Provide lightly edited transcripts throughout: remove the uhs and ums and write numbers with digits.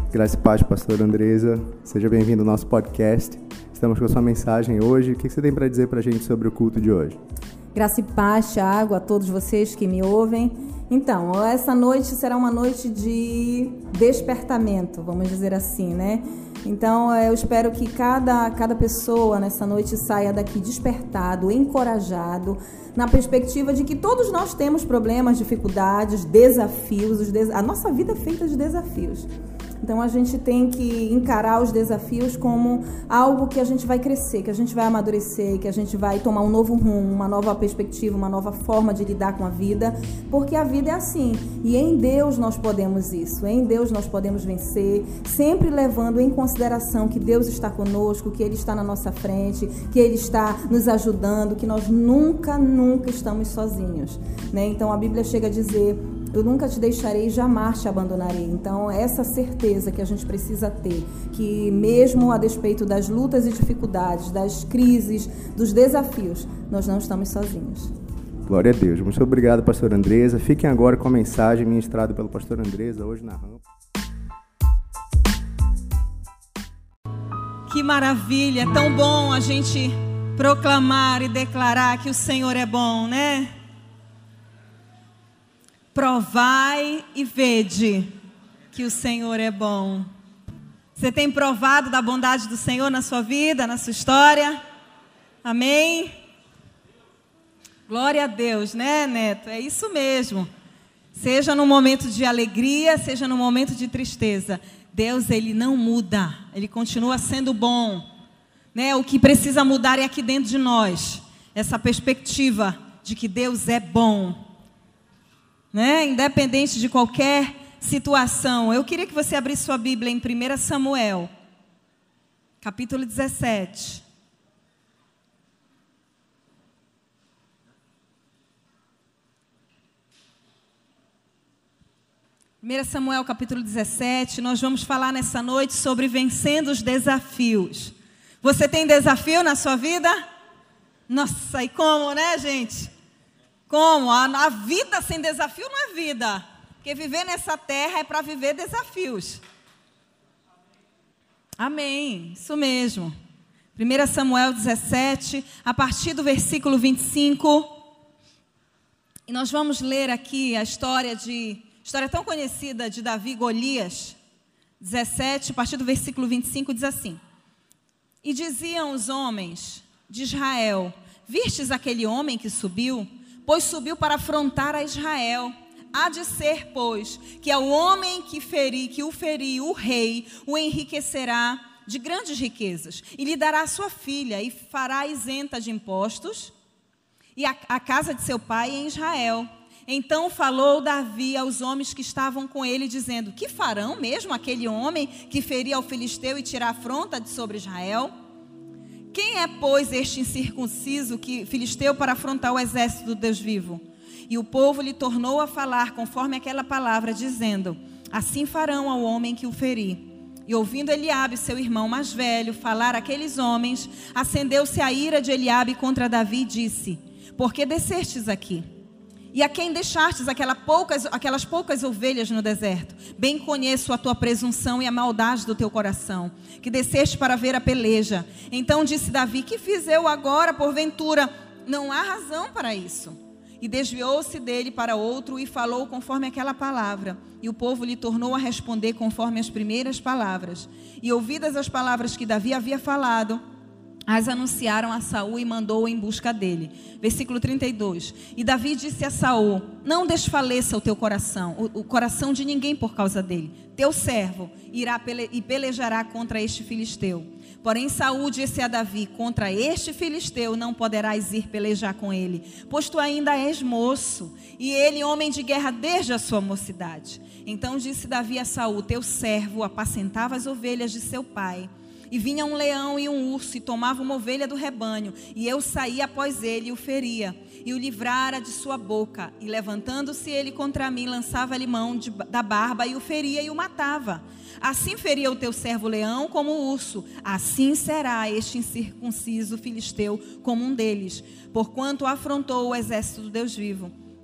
Graça e paz, pastora Andresa. Seja bem-vindo ao nosso podcast. Estamos com a sua mensagem hoje. O que você tem para dizer para a gente sobre o culto de hoje? Graça e paz, Thiago, a todos vocês que me ouvem. Então, essa noite será uma noite de despertamento, vamos dizer assim, né? Então, eu espero que cada pessoa nessa noite saia daqui despertado, encorajado, na perspectiva de que todos nós temos problemas, dificuldades, desafios. A nossa vida é feita de desafios. Então, a gente tem que encarar os desafios como algo que a gente vai crescer, que a gente vai amadurecer, que a gente vai tomar um novo rumo, uma nova perspectiva, uma nova forma de lidar com a vida, porque a vida é assim. E em Deus nós podemos isso, em Deus nós podemos vencer, sempre levando em consideração que Deus está conosco, que Ele está na nossa frente, que Ele está nos ajudando, que nós nunca estamos sozinhos, né? Então, a Bíblia chega a dizer: eu nunca te deixarei, jamais te abandonarei. Então, essa certeza que a gente precisa ter, que mesmo a despeito das lutas e dificuldades, das crises, dos desafios, nós não estamos sozinhos. Glória a Deus. Muito obrigado, pastora Andresa. Fiquem agora com a mensagem ministrada pelo pastor Andresa hoje na rampa. Que maravilha, é tão bom a gente proclamar e declarar que o Senhor é bom, né? Provai e vede que o Senhor é bom. Você tem provado da bondade do Senhor na sua vida, na sua história? Amém? Glória a Deus, né, Neto? É isso mesmo. Seja no momento de alegria, seja no momento de tristeza, Deus, Ele não muda. Ele continua sendo bom, né? O que precisa mudar é aqui dentro de nós, essa perspectiva de que Deus é bom, né? Independente de qualquer situação. Eu queria que você abrisse sua Bíblia em 1 Samuel, capítulo 17. Samuel, capítulo 17, nós vamos falar nessa noite sobre vencendo os desafios. Você tem desafio na sua vida? Nossa, e como, né, gente? Como? A vida sem desafio não é vida. Porque viver nessa terra é para viver desafios. Amém. Isso mesmo. 1 Samuel 17, a partir do versículo 25. E nós vamos ler aqui a história tão conhecida de Davi e Golias. 17, a partir do versículo 25, diz assim: E diziam os homens de Israel: Vistes aquele homem que subiu? Pois subiu para afrontar a Israel. Há de ser, pois, que ao homem que o ferir, o rei, o enriquecerá de grandes riquezas, e lhe dará sua filha, e fará isenta de impostos, e a casa de seu pai em Israel. Então falou Davi aos homens que estavam com ele, dizendo: Que farão mesmo aquele homem que ferir ao filisteu e tirar a afronta de sobre Israel? Quem é, pois, este incircunciso filisteu para afrontar o exército do Deus vivo? E o povo lhe tornou a falar conforme aquela palavra, dizendo: Assim farão ao homem que o ferir. E ouvindo Eliabe, seu irmão mais velho, falar aqueles homens, acendeu-se a ira de Eliabe contra Davi e disse: Por que descestes aqui? E a quem deixastes aquelas poucas ovelhas no deserto? Bem conheço a tua presunção e a maldade do teu coração, que desceste para ver a peleja. Então disse Davi: Que fiz eu agora, porventura? Não há razão para isso. E desviou-se dele para outro e falou conforme aquela palavra. E o povo lhe tornou a responder conforme as primeiras palavras. E ouvidas as palavras que Davi havia falado, as anunciaram a Saul e mandou-o em busca dele. Versículo 32. E Davi disse a Saul: Não desfaleça o teu coração, o coração de ninguém por causa dele. Teu servo irá e pelejará contra este filisteu. Porém Saul disse a Davi: Contra este filisteu não poderás ir pelejar com ele, pois tu ainda és moço, e ele homem de guerra desde a sua mocidade. Então disse Davi a Saul: Teu servo apacentava as ovelhas de seu pai. E vinha um leão e um urso, e tomava uma ovelha do rebanho, e eu saía após ele e o feria, e o livrara de sua boca. E levantando-se ele contra mim, lançava-lhe mão da barba, e o feria e o matava. Assim feria o teu servo leão como o urso, assim será este incircunciso filisteu como um deles, porquanto afrontou o exército do Deus vivo.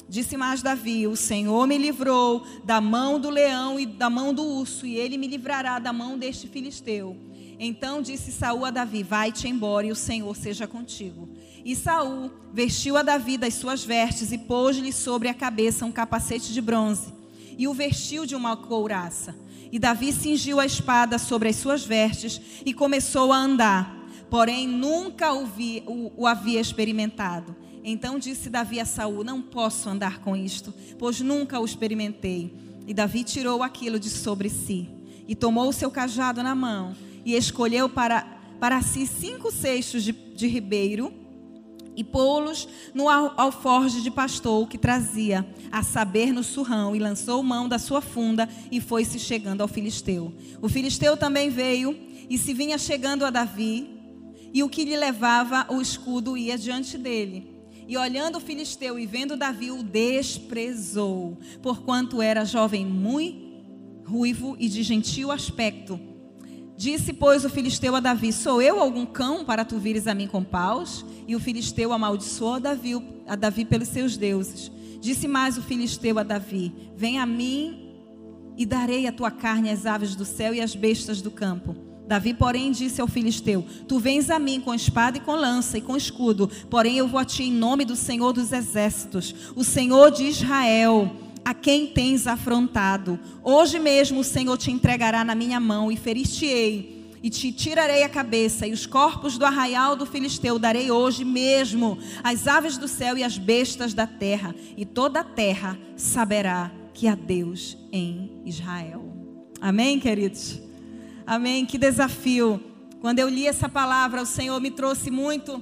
Disse mais Davi: o Senhor me livrou da mão do leão e da mão do urso, e ele me livrará da mão deste filisteu. Então disse Saul a Davi: vai-te embora, e o Senhor seja contigo. E Saul vestiu a Davi das suas vestes e pôs-lhe sobre a cabeça um capacete de bronze, e o vestiu de uma couraça. E Davi cingiu a espada sobre as suas vestes e começou a andar, porém nunca o havia experimentado. Então disse Davi a Saul: não posso andar com isto, pois nunca o experimentei. E Davi tirou aquilo de sobre si, e tomou o seu cajado na mão, e escolheu para si 5 cestos de ribeiro, e pô-los no alforje de pastor que trazia, a saber, no surrão, e lançou mão da sua funda, e foi-se chegando ao filisteu. O filisteu também veio, e se vinha chegando a Davi, e o que lhe levava o escudo ia diante dele. E olhando o filisteu e vendo Davi, o desprezou, porquanto era jovem muito ruivo e de gentil aspecto. Disse, pois, o filisteu a Davi: sou eu algum cão para tu vires a mim com paus? E o filisteu amaldiçoou a Davi pelos seus deuses. Disse mais o filisteu a Davi: vem a mim e darei a tua carne às aves do céu e às bestas do campo. Davi, porém, disse ao filisteu: tu vens a mim com espada e com lança e com escudo, porém eu vou a ti em nome do Senhor dos exércitos, o Senhor de Israel, a quem tens afrontado. Hoje mesmo o Senhor te entregará na minha mão, e ferir-te-ei, e te tirarei a cabeça, e os corpos do arraial do filisteu darei hoje mesmo às aves do céu e às bestas da terra, e toda a terra saberá que há Deus em Israel. Amém, queridos? Amém, que desafio. Quando eu li essa palavra, o Senhor me trouxe muito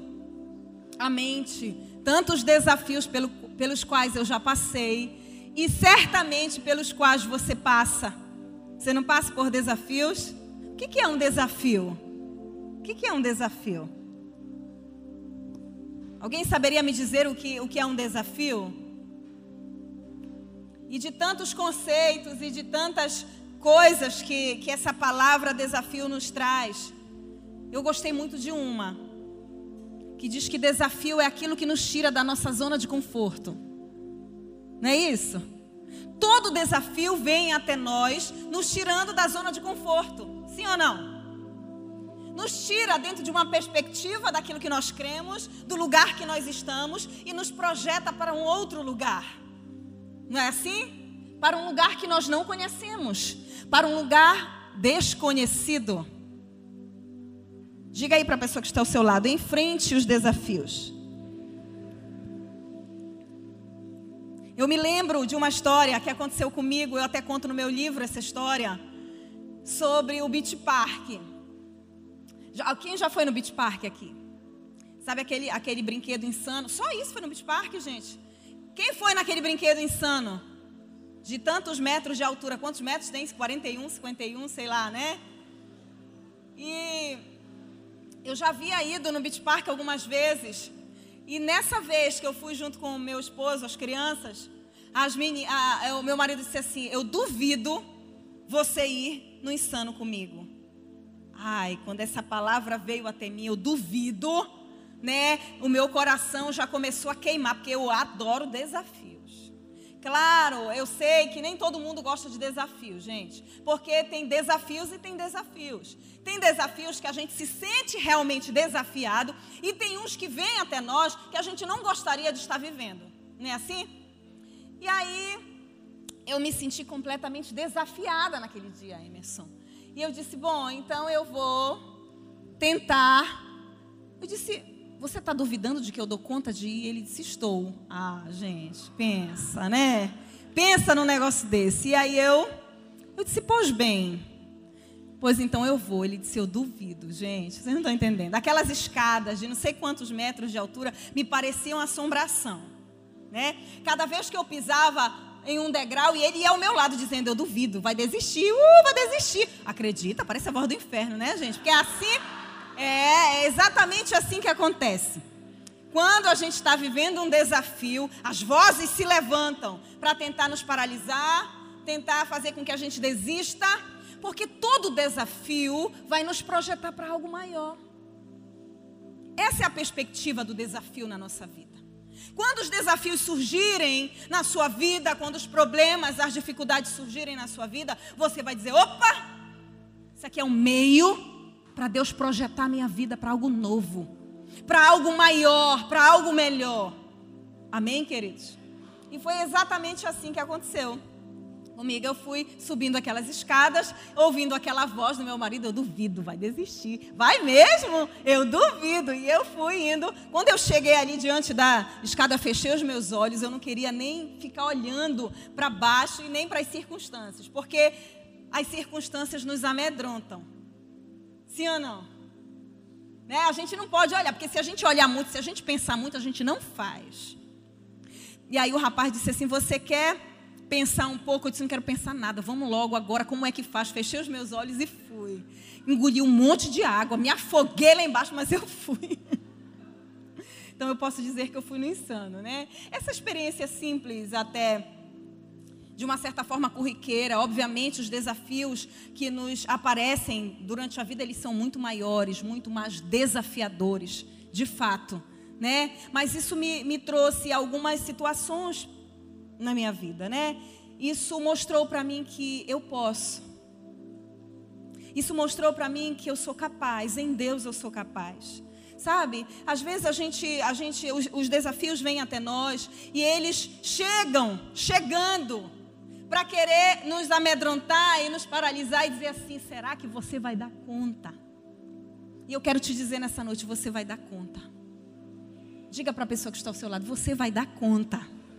à mente tantos desafios pelos quais eu já passei, e certamente pelos quais você passa. Você não passa por desafios? O que é um desafio? O que é um desafio? Alguém saberia me dizer o que é um desafio? E de tantos conceitos e de tantas coisas que essa palavra desafio nos traz, eu gostei muito de uma que diz que desafio é aquilo que nos tira da nossa zona de conforto. Não é isso? Todo desafio vem até nós, nos tirando da zona de conforto. Sim ou não? Nos tira dentro de uma perspectiva daquilo que nós cremos, do lugar que nós estamos, e nos projeta para um outro lugar. Não é assim? Para um lugar que nós não conhecemos, para um lugar desconhecido. Diga aí para a pessoa que está ao seu lado: enfrente os desafios. Eu me lembro de uma história que aconteceu comigo, eu até conto no meu livro essa história, sobre o Beach Park. Quem já foi no Beach Park aqui? Sabe aquele brinquedo insano? Só isso foi no Beach Park, gente? Quem foi naquele brinquedo insano? De tantos metros de altura. Quantos metros tem? 41, 51, sei lá, né? E eu já havia ido no Beach Park algumas vezes. E nessa vez que eu fui junto com o meu esposo, as crianças, o meu marido disse assim: eu duvido você ir no insano comigo. Ai, quando essa palavra veio até mim, eu duvido, né? O meu coração já começou a queimar, porque eu adoro desafios. Claro, eu sei que nem todo mundo gosta de desafios, gente, porque tem desafios e tem desafios. Tem desafios que a gente se sente realmente desafiado, e tem uns que vêm até nós que a gente não gostaria de estar vivendo, não é assim? E aí, eu me senti completamente desafiada naquele dia, Emerson. E eu disse: bom, então eu vou tentar. Eu disse: você está duvidando de que eu dou conta de ir? Ele disse: estou. Ah, gente, pensa, né? Pensa num negócio desse. E aí eu disse: pois bem, pois então eu vou. Ele disse: eu duvido, gente, vocês não estão entendendo. Aquelas escadas de não sei quantos metros de altura me pareciam assombração, né? Cada vez que eu pisava em um degrau, e ele ia ao meu lado dizendo: eu duvido, vai desistir, vai desistir. Acredita? Parece a voz do inferno, né, gente? Porque é assim... É exatamente assim que acontece. Quando a gente está vivendo um desafio, as vozes se levantam para tentar nos paralisar, tentar fazer com que a gente desista, porque todo desafio vai nos projetar para algo maior. Essa é a perspectiva do desafio na nossa vida. Quando os desafios surgirem na sua vida, quando os problemas, as dificuldades surgirem na sua vida, você vai dizer, opa, isso aqui é um meio para Deus projetar a minha vida para algo novo, para algo maior, para algo melhor. Amém, queridos? E foi exatamente assim que aconteceu comigo. Eu fui subindo aquelas escadas, ouvindo aquela voz do meu marido, eu duvido, vai desistir. Vai mesmo? Eu duvido. E eu fui indo. Quando eu cheguei ali diante da escada, fechei os meus olhos, eu não queria nem ficar olhando para baixo e nem para as circunstâncias, porque as circunstâncias nos amedrontam. Sim ou não? Né? A gente não pode olhar, porque se a gente olhar muito, se a gente pensar muito, a gente não faz. E aí o rapaz disse assim, você quer pensar um pouco? Eu disse, não quero pensar nada, vamos logo agora, como é que faz? Fechei os meus olhos e fui. Engoli um monte de água, me afoguei lá embaixo, mas eu fui. Então eu posso dizer que eu fui no insano, né? Essa experiência simples, até de uma certa forma corriqueira, obviamente os desafios que nos aparecem durante a vida, eles são muito maiores, muito mais desafiadores, de fato, né? Mas isso me trouxe algumas situações na minha vida, né? Isso mostrou para mim que eu posso. Isso mostrou para mim que eu sou capaz. Em Deus eu sou capaz. Sabe? Às vezes os desafios vêm até nós e eles chegando para querer nos amedrontar e nos paralisar e dizer assim, será que você vai dar conta? E eu quero te dizer nessa noite, você vai dar conta. Diga para a pessoa que está ao seu lado, você vai dar conta.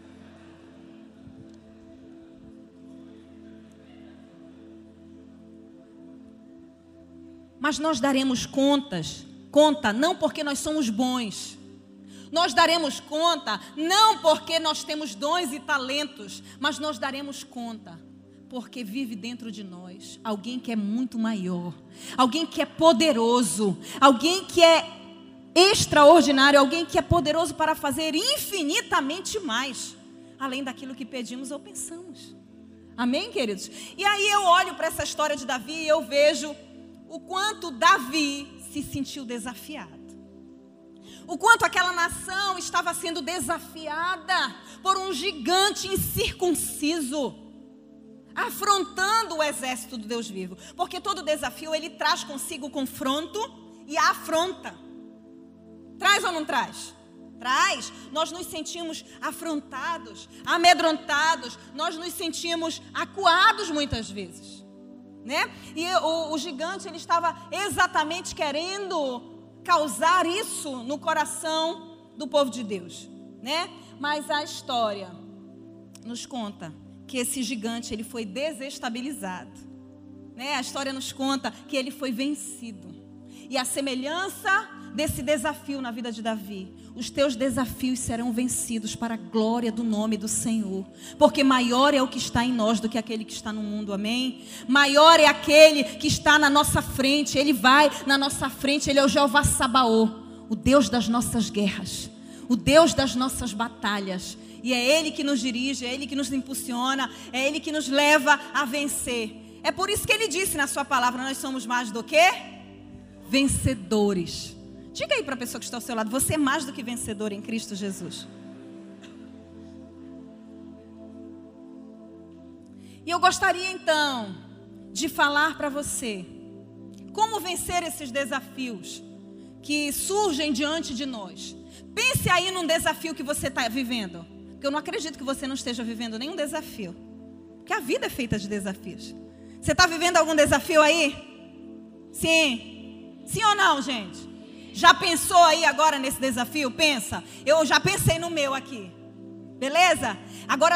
Mas nós daremos conta não porque nós somos bons. Nós daremos conta não porque nós temos dons e talentos, mas nós daremos conta porque vive dentro de nós alguém que é muito maior, alguém que é poderoso, alguém que é extraordinário, alguém que é poderoso para fazer infinitamente mais, além daquilo que pedimos ou pensamos. Amém, queridos? E aí eu olho para essa história de Davi e eu vejo o quanto Davi se sentiu desafiado. O quanto aquela nação estava sendo desafiada por um gigante incircunciso, afrontando o exército do Deus vivo. Porque todo desafio, ele traz consigo o confronto e a afronta. Traz ou não traz? Traz. Nós nos sentimos afrontados, amedrontados, nós nos sentimos acuados muitas vezes. Né? E o gigante, ele estava exatamente querendo causar isso no coração do povo de Deus, né? Mas a história nos conta que esse gigante, ele foi desestabilizado, né? A história nos conta que ele foi vencido. E a semelhança desse desafio na vida de Davi, os teus desafios serão vencidos para a glória do nome do Senhor, porque maior é o que está em nós do que aquele que está no mundo, amém? Maior é aquele que está na nossa frente, ele vai na nossa frente, ele é o Jeová Sabaô, o Deus das nossas guerras, o Deus das nossas batalhas, e é ele que nos dirige, é ele que nos impulsiona, é ele que nos leva a vencer. É por isso que ele disse na sua palavra, nós somos mais do que vencedores. Diga aí para a pessoa que está ao seu lado, você é mais do que vencedor em Cristo Jesus. E eu gostaria então de falar para você como vencer esses desafios que surgem diante de nós. Pense aí num desafio que você está vivendo, porque eu não acredito que você não esteja vivendo nenhum desafio, porque a vida é feita de desafios. Você está vivendo algum desafio aí? Sim. Sim ou não, gente? Já pensou aí agora nesse desafio? Pensa. Eu já pensei no meu aqui. Beleza? Agora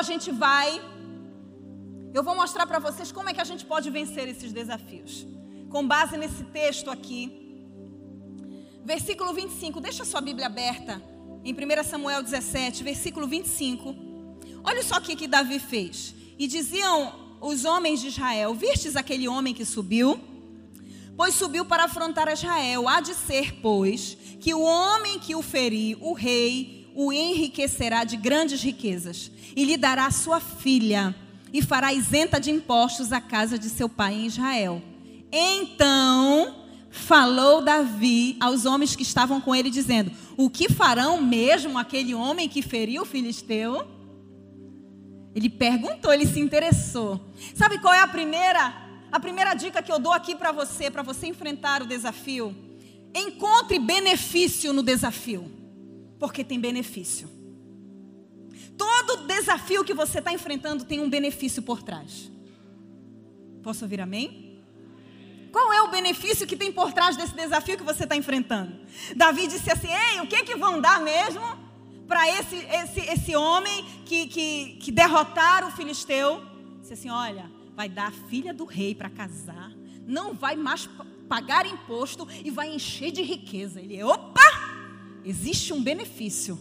eu vou mostrar para vocês como é que a gente pode vencer esses desafios. Com base nesse texto aqui. Versículo 25. Deixa a sua Bíblia aberta. Em 1 Samuel 17, versículo 25. Olha só o que Davi fez. E diziam os homens de Israel: vistes aquele homem que subiu? Pois subiu para afrontar Israel. Há de ser, pois, que o homem que o ferir, o rei, o enriquecerá de grandes riquezas, e lhe dará sua filha, e fará isenta de impostos a casa de seu pai em Israel. Então falou Davi aos homens que estavam com ele, dizendo: o que farão mesmo aquele homem que feriu o filisteu? Ele perguntou, ele se interessou. Sabe qual é a primeira dica que eu dou aqui para você enfrentar o desafio? Encontre benefício no desafio, porque tem benefício. Todo desafio que você está enfrentando tem um benefício por trás. Posso ouvir amém? Qual é o benefício que tem por trás desse desafio que você está enfrentando? Davi disse assim: ei, o que vão dar mesmo para esse homem que derrotaram o filisteu? Disse assim: olha, vai dar a filha do rei para casar, não vai mais pagar imposto e vai encher de riqueza. Ele, opa, existe um benefício.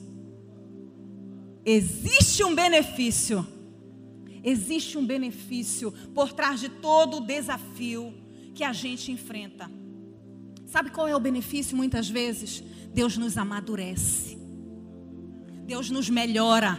Existe um benefício. Existe um benefício por trás de todo o desafio que a gente enfrenta. Sabe qual é o benefício muitas vezes? Deus nos amadurece. Deus nos melhora.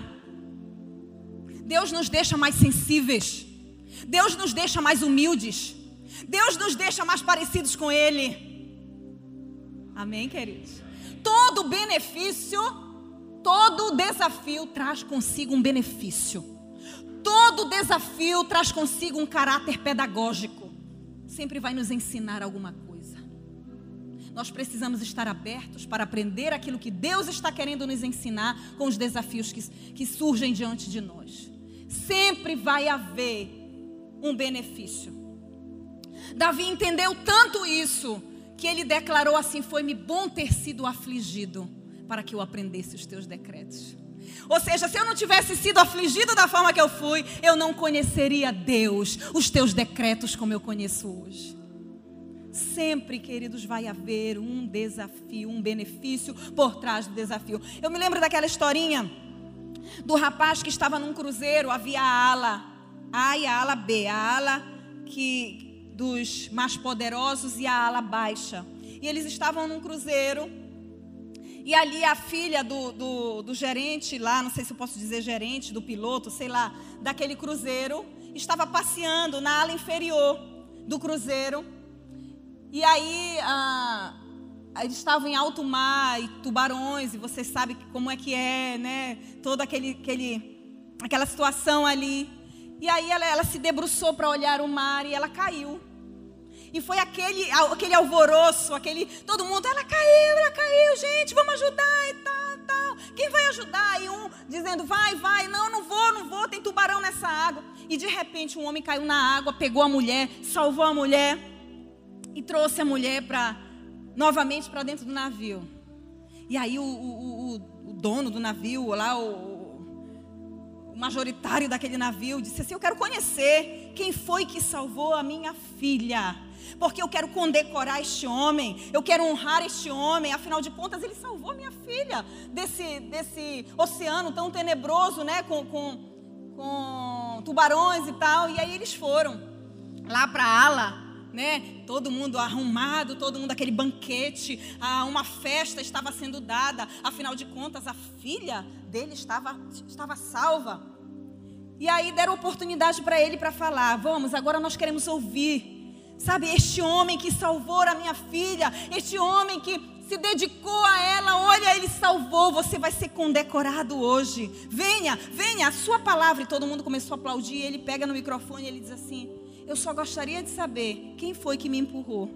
Deus nos deixa mais sensíveis. Deus nos deixa mais humildes. Deus nos deixa mais parecidos com Ele. Amém, queridos? Todo benefício, todo desafio traz consigo um benefício. Todo desafio traz consigo um caráter pedagógico. Sempre vai nos ensinar alguma coisa. Nós precisamos estar abertos para aprender aquilo que Deus está querendo nos ensinar com os desafios que surgem diante de nós. Sempre vai haver um benefício. Davi entendeu tanto isso que ele declarou assim: foi-me bom ter sido afligido para que eu aprendesse os teus decretos. Ou seja, se eu não tivesse sido afligido da forma que eu fui, eu não conheceria Deus, os teus decretos como eu conheço hoje. Sempre, queridos, vai haver um desafio, um benefício por trás do desafio. Eu me lembro daquela historinha do rapaz que estava num cruzeiro. Havia a ala A e a ala B, a ala dos mais poderosos e a ala baixa. E eles estavam num cruzeiro. E ali a filha do gerente lá, não sei se eu posso dizer gerente, do piloto, sei lá, daquele cruzeiro, estava passeando na ala inferior do cruzeiro. E aí eles estavam em alto mar e tubarões, e você sabe como é que é, né? Toda aquela situação ali. E aí ela se debruçou para olhar o mar e ela caiu. E foi aquele alvoroço, todo mundo, ela caiu, gente, vamos ajudar e tal. Quem vai ajudar? E um dizendo, vai, não vou, tem tubarão nessa água. E de repente um homem caiu na água, pegou a mulher, salvou a mulher e trouxe a mulher novamente para dentro do navio. E aí o dono do navio, lá, o majoritário daquele navio, disse assim: eu quero conhecer quem foi que salvou a minha filha, porque eu quero condecorar este homem, eu quero honrar este homem, afinal de contas ele salvou a minha filha desse oceano tão tenebroso, né, com tubarões e tal. E aí eles foram lá para a ala, né, todo mundo arrumado, todo mundo aquele banquete, uma festa estava sendo dada, afinal de contas a filha dele estava salva. E aí deram oportunidade para ele para falar: vamos, agora nós queremos ouvir, sabe, este homem que salvou a minha filha, este homem que se dedicou a ela, olha, ele salvou, você vai ser condecorado hoje, venha, a sua palavra. E todo mundo começou a aplaudir. Ele pega no microfone e ele diz assim: eu só gostaria de saber quem foi que me empurrou.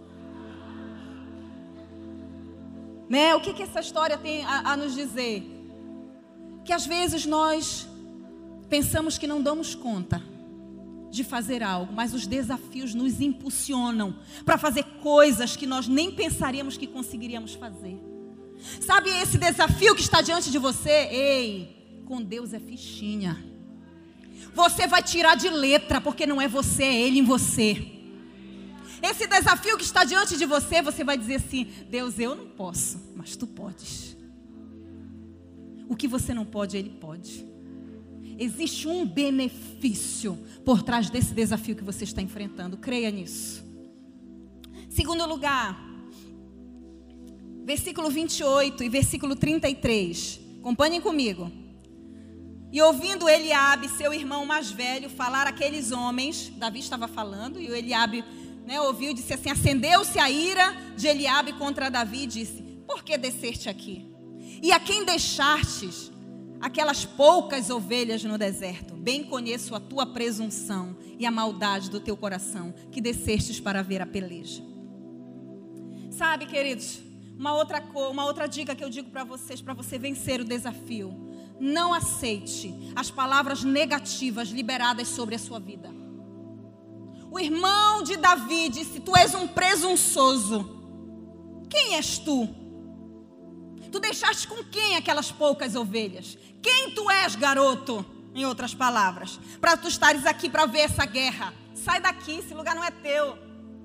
Né? O que essa história tem a nos dizer? Que às vezes nós pensamos que não damos conta de fazer algo, mas os desafios nos impulsionam para fazer coisas que nós nem pensaríamos que conseguiríamos fazer. Sabe esse desafio que está diante de você? Ei, com Deus é fichinha. Você vai tirar de letra, porque não é você, é Ele em você. Esse desafio que está diante de você, você vai dizer assim: Deus, eu não posso, mas Tu podes. O que você não pode, Ele pode. Existe um benefício por trás desse desafio que você está enfrentando. Creia nisso. Segundo lugar, versículo 28 e versículo 33. Acompanhem comigo. E ouvindo Eliabe, seu irmão mais velho, falar aqueles homens, Davi estava falando, e o Eliabe né, ouviu, disse assim: acendeu-se a ira de Eliabe contra Davi e disse: por que desceste aqui? E a quem deixastes aquelas poucas ovelhas no deserto? Bem conheço a tua presunção e a maldade do teu coração, que descestes para ver a peleja. Sabe, queridos, uma outra dica que eu digo para vocês, para você vencer o desafio: não aceite as palavras negativas liberadas sobre a sua vida. O irmão de Davi disse: tu és um presunçoso. Quem és tu? Tu deixaste com quem aquelas poucas ovelhas? Quem tu és, garoto? Em outras palavras, para tu estares aqui para ver essa guerra. Sai daqui, esse lugar não é teu.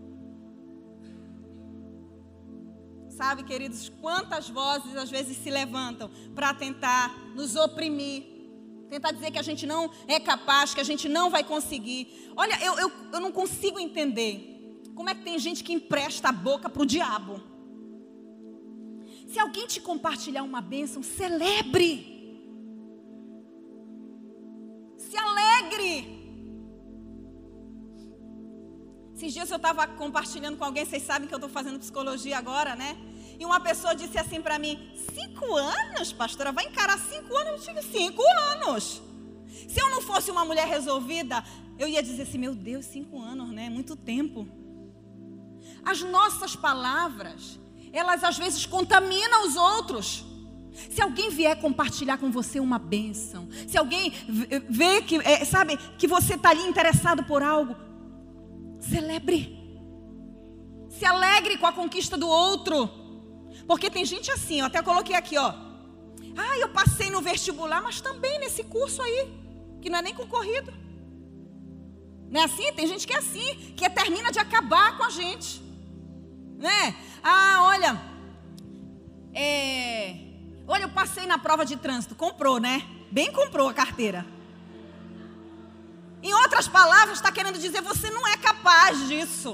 Sabe, queridos, quantas vozes às vezes se levantam para tentar nos oprimir, tentar dizer que a gente não é capaz, que a gente não vai conseguir. Olha, eu não consigo entender como é que tem gente que empresta a boca para o diabo. Se alguém te compartilhar uma bênção, celebre. Se alegre. Esses dias eu estava compartilhando com alguém, vocês sabem que eu estou fazendo psicologia agora, né? E uma pessoa disse assim para mim: 5 anos, pastora? Vai encarar 5 anos? Eu digo: 5 anos. Se eu não fosse uma mulher resolvida, eu ia dizer assim: meu Deus, 5 anos, né? Muito tempo. As nossas palavras, elas às vezes contaminam os outros. Se alguém vier compartilhar com você uma bênção, se alguém vê que, sabe, que você está ali interessado por algo, celebre. Se alegre com a conquista do outro. Porque tem gente assim, eu até coloquei aqui, ó. Ah, eu passei no vestibular, mas também nesse curso aí, que não é nem concorrido. Não é assim? Tem gente que é assim, que termina de acabar com a gente. Né? Ah, olha, eu passei na prova de trânsito. Comprou, né? Bem comprou a carteira. Em outras palavras, está querendo dizer: você não é capaz disso.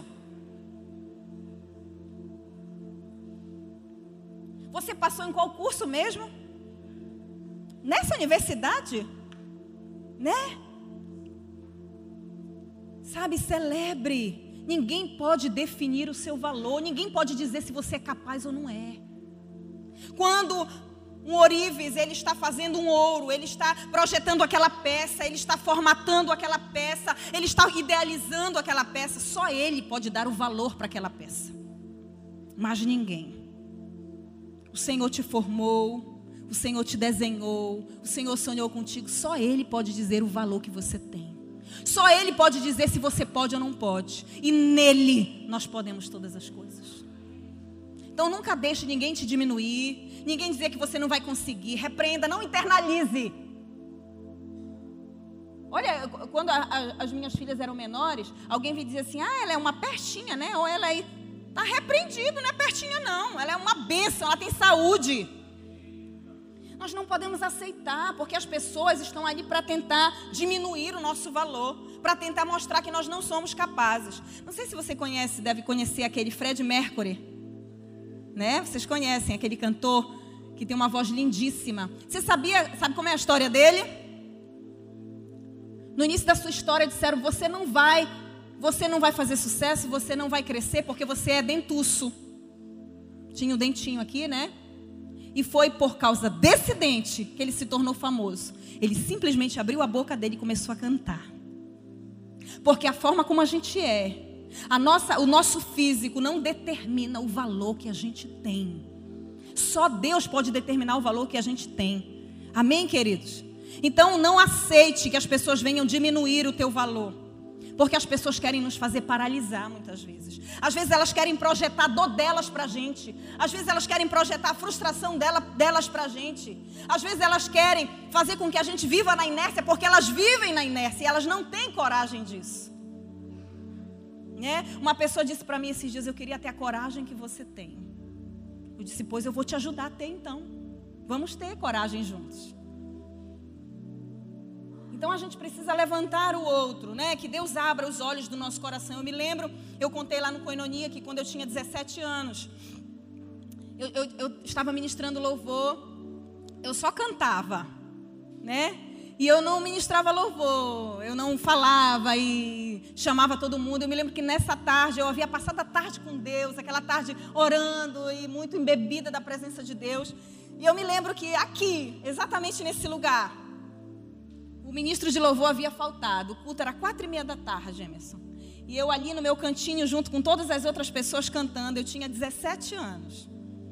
Você passou em qual curso mesmo? Nessa universidade? Né? Sabe, celebre. Ninguém pode definir o seu valor. Ninguém pode dizer se você é capaz ou não é. Quando um ourives, ele está fazendo um ouro, ele está projetando aquela peça, ele está formatando aquela peça, ele está idealizando aquela peça, só ele pode dar o valor para aquela peça. Mas ninguém. O Senhor te formou, o Senhor te desenhou, o Senhor sonhou contigo, só Ele pode dizer o valor que você tem. Só Ele pode dizer se você pode ou não pode. E nele nós podemos todas as coisas. Então nunca deixe ninguém te diminuir, ninguém dizer que você não vai conseguir. Repreenda, não internalize. Olha, quando as minhas filhas eram menores, alguém me dizia assim: ah, ela é uma pertinha, né? Ou ela está repreendido, não é pertinha não. Ela é uma bênção, ela tem saúde. Nós não podemos aceitar, porque as pessoas estão ali para tentar diminuir o nosso valor, para tentar mostrar que nós não somos capazes. Não sei se você conhece, deve conhecer aquele Freddie Mercury, né? Vocês conhecem aquele cantor que tem uma voz lindíssima. Você sabe como é a história dele? No início da sua história disseram: você não vai fazer sucesso, você não vai crescer porque você é dentuço. Tinha o dentinho aqui, né? E foi por causa desse dente que ele se tornou famoso. Ele simplesmente abriu a boca dele e começou a cantar. Porque a forma como a gente é, o nosso físico não determina o valor que a gente tem. Só Deus pode determinar o valor que a gente tem. Amém, queridos? Então não aceite que as pessoas venham diminuir o teu valor. Porque as pessoas querem nos fazer paralisar muitas vezes. Às vezes elas querem projetar a dor delas pra gente. Às vezes elas querem projetar a frustração delas pra gente. Às vezes elas querem fazer com que a gente viva na inércia, porque elas vivem na inércia e elas não têm coragem disso. Né? Uma pessoa disse pra mim esses dias: eu queria ter a coragem que você tem. Eu disse: pois eu vou te ajudar a ter então. Vamos ter coragem juntos. Então a gente precisa levantar o outro, né? Que Deus abra os olhos do nosso coração. Eu me lembro, eu contei lá no Koinonia que quando eu tinha 17 anos, eu estava ministrando louvor, eu só cantava, né? E eu não ministrava louvor, eu não falava e chamava todo mundo. Eu me lembro que nessa tarde, eu havia passado a tarde com Deus, aquela tarde orando e muito embebida da presença de Deus. E eu me lembro que aqui, exatamente nesse lugar, o ministro de louvor havia faltado. O culto era 4h30 da tarde, Emerson. E eu ali no meu cantinho, junto com todas as outras pessoas cantando. Eu tinha 17 anos.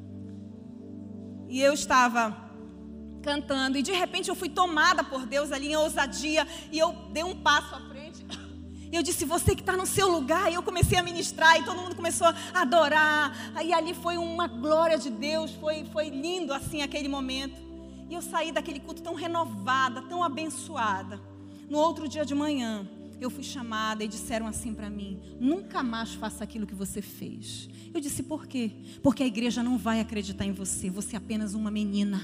E eu estava cantando, e de repente eu fui tomada por Deus ali em ousadia, e eu dei um passo à frente, e eu disse, você que está no seu lugar, e eu comecei a ministrar, e todo mundo começou a adorar, e ali foi uma glória de Deus, foi lindo assim aquele momento, e eu saí daquele culto tão renovada, tão abençoada. No outro dia de manhã, eu fui chamada e disseram assim para mim, nunca mais faça aquilo que você fez. Eu disse, por quê? Porque a igreja não vai acreditar em você, você é apenas uma menina.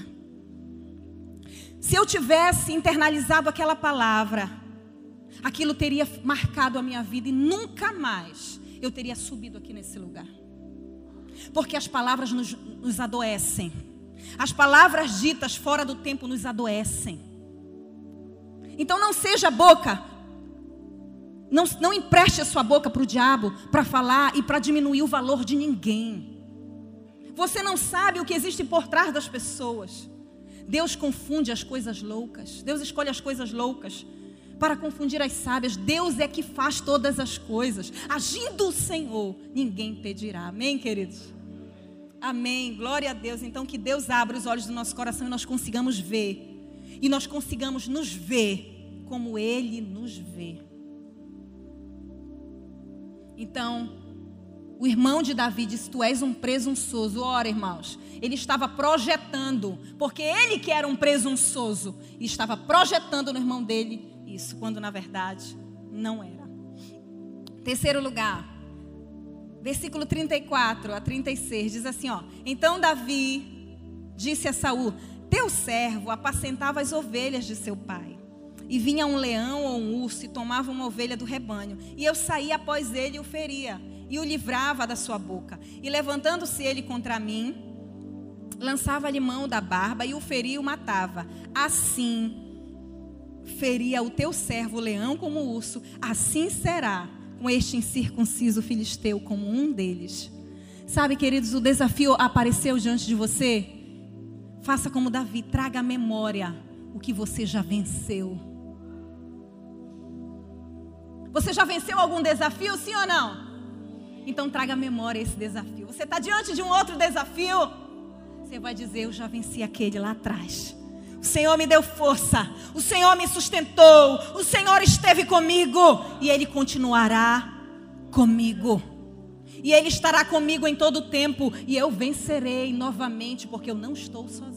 Se eu tivesse internalizado aquela palavra, aquilo teria marcado a minha vida e nunca mais eu teria subido aqui nesse lugar. Porque as palavras nos adoecem. As palavras ditas fora do tempo nos adoecem. Então não seja boca, não empreste a sua boca para o diabo, para falar e para diminuir o valor de ninguém. Você não sabe o que existe por trás das pessoas. Deus confunde as coisas loucas. Deus escolhe as coisas loucas para confundir as sábias. Deus é que faz todas as coisas. Agindo o Senhor, ninguém impedirá. Amém, queridos? Amém, glória a Deus. Então que Deus abra os olhos do nosso coração e nós consigamos ver. E nós consigamos nos ver como Ele nos vê. Então, o irmão de Davi disse, tu és um presunçoso. Ora, irmãos, ele estava projetando, porque ele que era um presunçoso, e estava projetando no irmão dele isso, quando na verdade não era. Terceiro lugar, versículo 34 a 36, diz assim, ó. Então Davi disse a Saul, teu servo apacentava as ovelhas de seu pai. E vinha um leão ou um urso e tomava uma ovelha do rebanho. E eu saía após ele e o feria. E o livrava da sua boca. E levantando-se ele contra mim, lançava-lhe mão da barba e o feria e o matava. Assim feria o teu servo o leão como o urso. Assim será com este incircunciso filisteu como um deles. Sabe, queridos, o desafio apareceu diante de você. Faça como Davi, traga à memória o que você já venceu. Você já venceu algum desafio, sim ou não? Então traga à memória esse desafio. Você está diante de um outro desafio? Você vai dizer, eu já venci aquele lá atrás. O Senhor me deu força. O Senhor me sustentou. O Senhor esteve comigo. E Ele continuará comigo. E Ele estará comigo em todo o tempo. E eu vencerei novamente, porque eu não estou sozinho.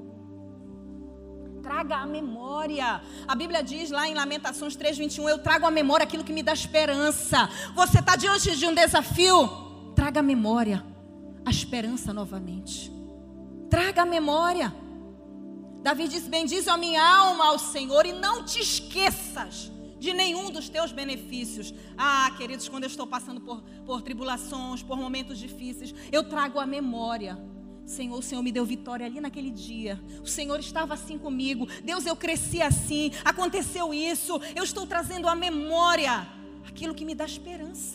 Traga à memória. A Bíblia diz lá em Lamentações 3:21, eu trago à memória aquilo que me dá esperança. Você está diante de um desafio? Traga à memória a esperança novamente. Traga à memória. Davi disse, bendize a minha alma ao Senhor e não te esqueças de nenhum dos teus benefícios. Ah, queridos, quando eu estou passando por tribulações, por momentos difíceis, eu trago à memória. Senhor, o Senhor me deu vitória ali naquele dia. O Senhor estava assim comigo. Deus, eu cresci assim. Aconteceu isso. Eu estou trazendo à memória aquilo que me dá esperança.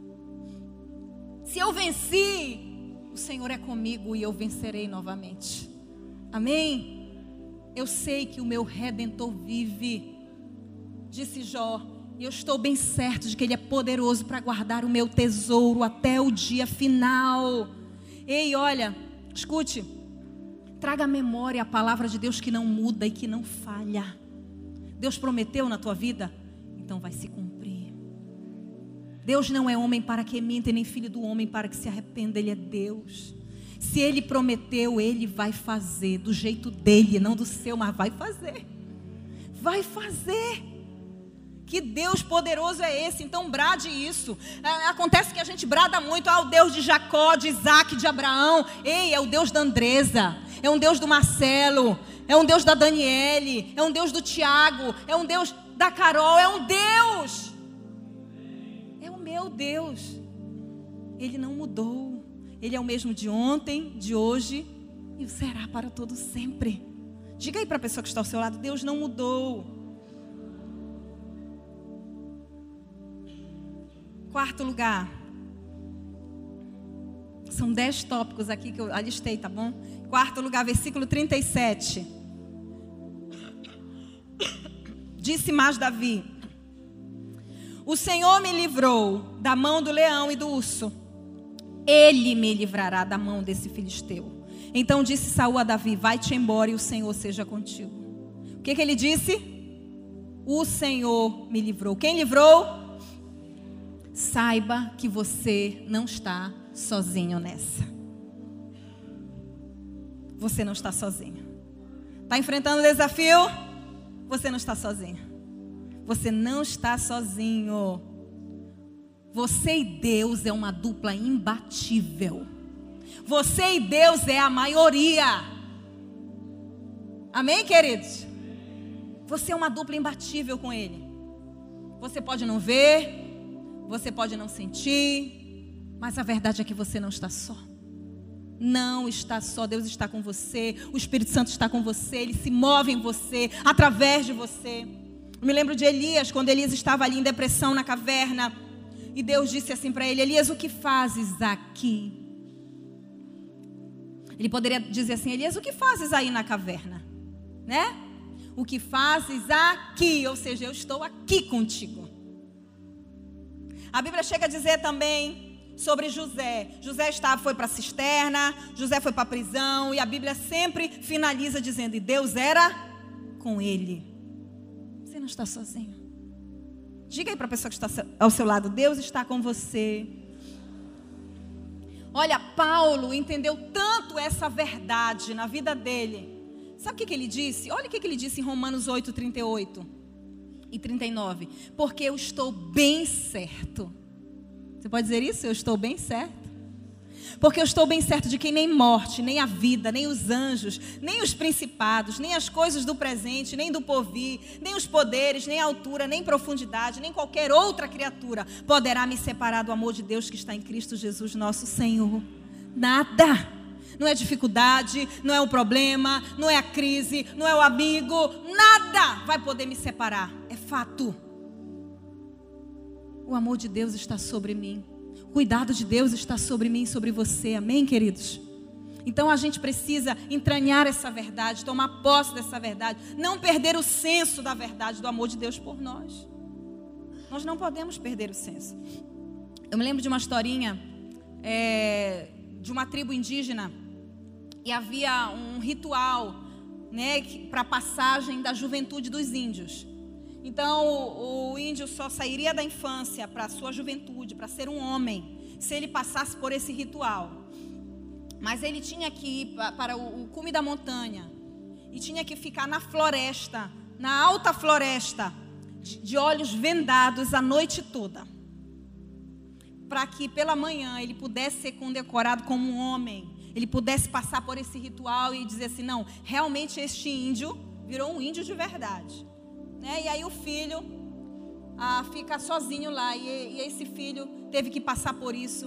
Se eu venci, o Senhor é comigo e eu vencerei novamente. Amém? Eu sei que o meu Redentor vive, disse Jó. E eu estou bem certo de que Ele é poderoso para guardar o meu tesouro até o dia final. Ei, olha, escute, traga à memória a palavra de Deus que não muda e que não falha. Deus prometeu na tua vida, então vai se cumprir. Deus não é homem para que minta, nem filho do homem para que se arrependa. Ele é Deus. Se Ele prometeu, Ele vai fazer do jeito dele, não do seu, mas vai fazer. Vai fazer. Que Deus poderoso é esse? Então brade isso. Acontece que a gente brada muito, o Deus de Jacó, de Isaac, de Abraão. Ei, é o Deus da Andresa, é um Deus do Marcelo, é um Deus da Daniele, é um Deus do Tiago, é um Deus da Carol, é um Deus. É o meu Deus. Ele não mudou. Ele é o mesmo de ontem, de hoje e será para todo sempre. Diga aí para a pessoa que está ao seu lado, Deus não mudou. Quarto lugar. São 10 tópicos aqui que eu alistei, tá bom? Quarto lugar, versículo 37. Disse mais Davi: o Senhor me livrou da mão do leão e do urso. Ele me livrará da mão desse filisteu. Então disse Saul a Davi: vai-te embora e o Senhor seja contigo. O que ele disse? O Senhor me livrou. Quem livrou? Saiba que você não está sozinho nessa. Você não está sozinho. Está enfrentando o desafio? Você não está sozinho. Você não está sozinho. Você e Deus é uma dupla imbatível. Você e Deus é a maioria. Amém, queridos? Você é uma dupla imbatível com Ele. Você pode não ver, você pode não sentir, mas a verdade é que você não está só. Não está só, Deus está com você, o Espírito Santo está com você, Ele se move em você, através de você. Eu me lembro de Elias, quando Elias estava ali em depressão na caverna, e Deus disse assim para ele: Elias, o que fazes aqui? Ele poderia dizer assim: Elias, o que fazes aí na caverna? Né? O que fazes aqui? Ou seja, eu estou aqui contigo. A Bíblia chega a dizer também sobre José. José foi para a cisterna, José foi para a prisão, e a Bíblia sempre finaliza dizendo: e Deus era com ele. Você não está sozinho. Diga aí para a pessoa que está ao seu lado: Deus está com você. Olha, Paulo entendeu tanto essa verdade na vida dele. Sabe o que ele disse? Olha o que ele disse em Romanos 8, 38 e 39. Porque eu estou bem certo. Você pode dizer isso? Eu estou bem certo. Porque eu estou bem certo de que nem morte, nem a vida, nem os anjos, nem os principados, nem as coisas do presente, nem do porvir, nem os poderes, nem a altura, nem profundidade, nem qualquer outra criatura poderá me separar do amor de Deus que está em Cristo Jesus nosso Senhor. Nada. Não é dificuldade, não é o problema, não é a crise, não é o amigo, nada vai poder me separar. É fato. O amor de Deus está sobre mim. O cuidado de Deus está sobre mim e sobre você. Amém, queridos? Então a gente precisa entranhar essa verdade, tomar posse dessa verdade, não perder o senso da verdade, do amor de Deus por nós. Nós não podemos perder o senso. Eu me lembro de uma historinha de uma tribo indígena, e havia um ritual, né, para a passagem da juventude dos índios. Então o índio só sairia da infância para a sua juventude, para ser um homem, se ele passasse por esse ritual. Mas ele tinha que ir para o cume da montanha, e tinha que ficar na floresta, na alta floresta, de olhos vendados a noite toda, para que pela manhã ele pudesse ser condecorado como um homem, ele pudesse passar por esse ritual e dizer assim: não, realmente este índio virou um índio de verdade. E aí o filho fica sozinho lá, e esse filho teve que passar por isso.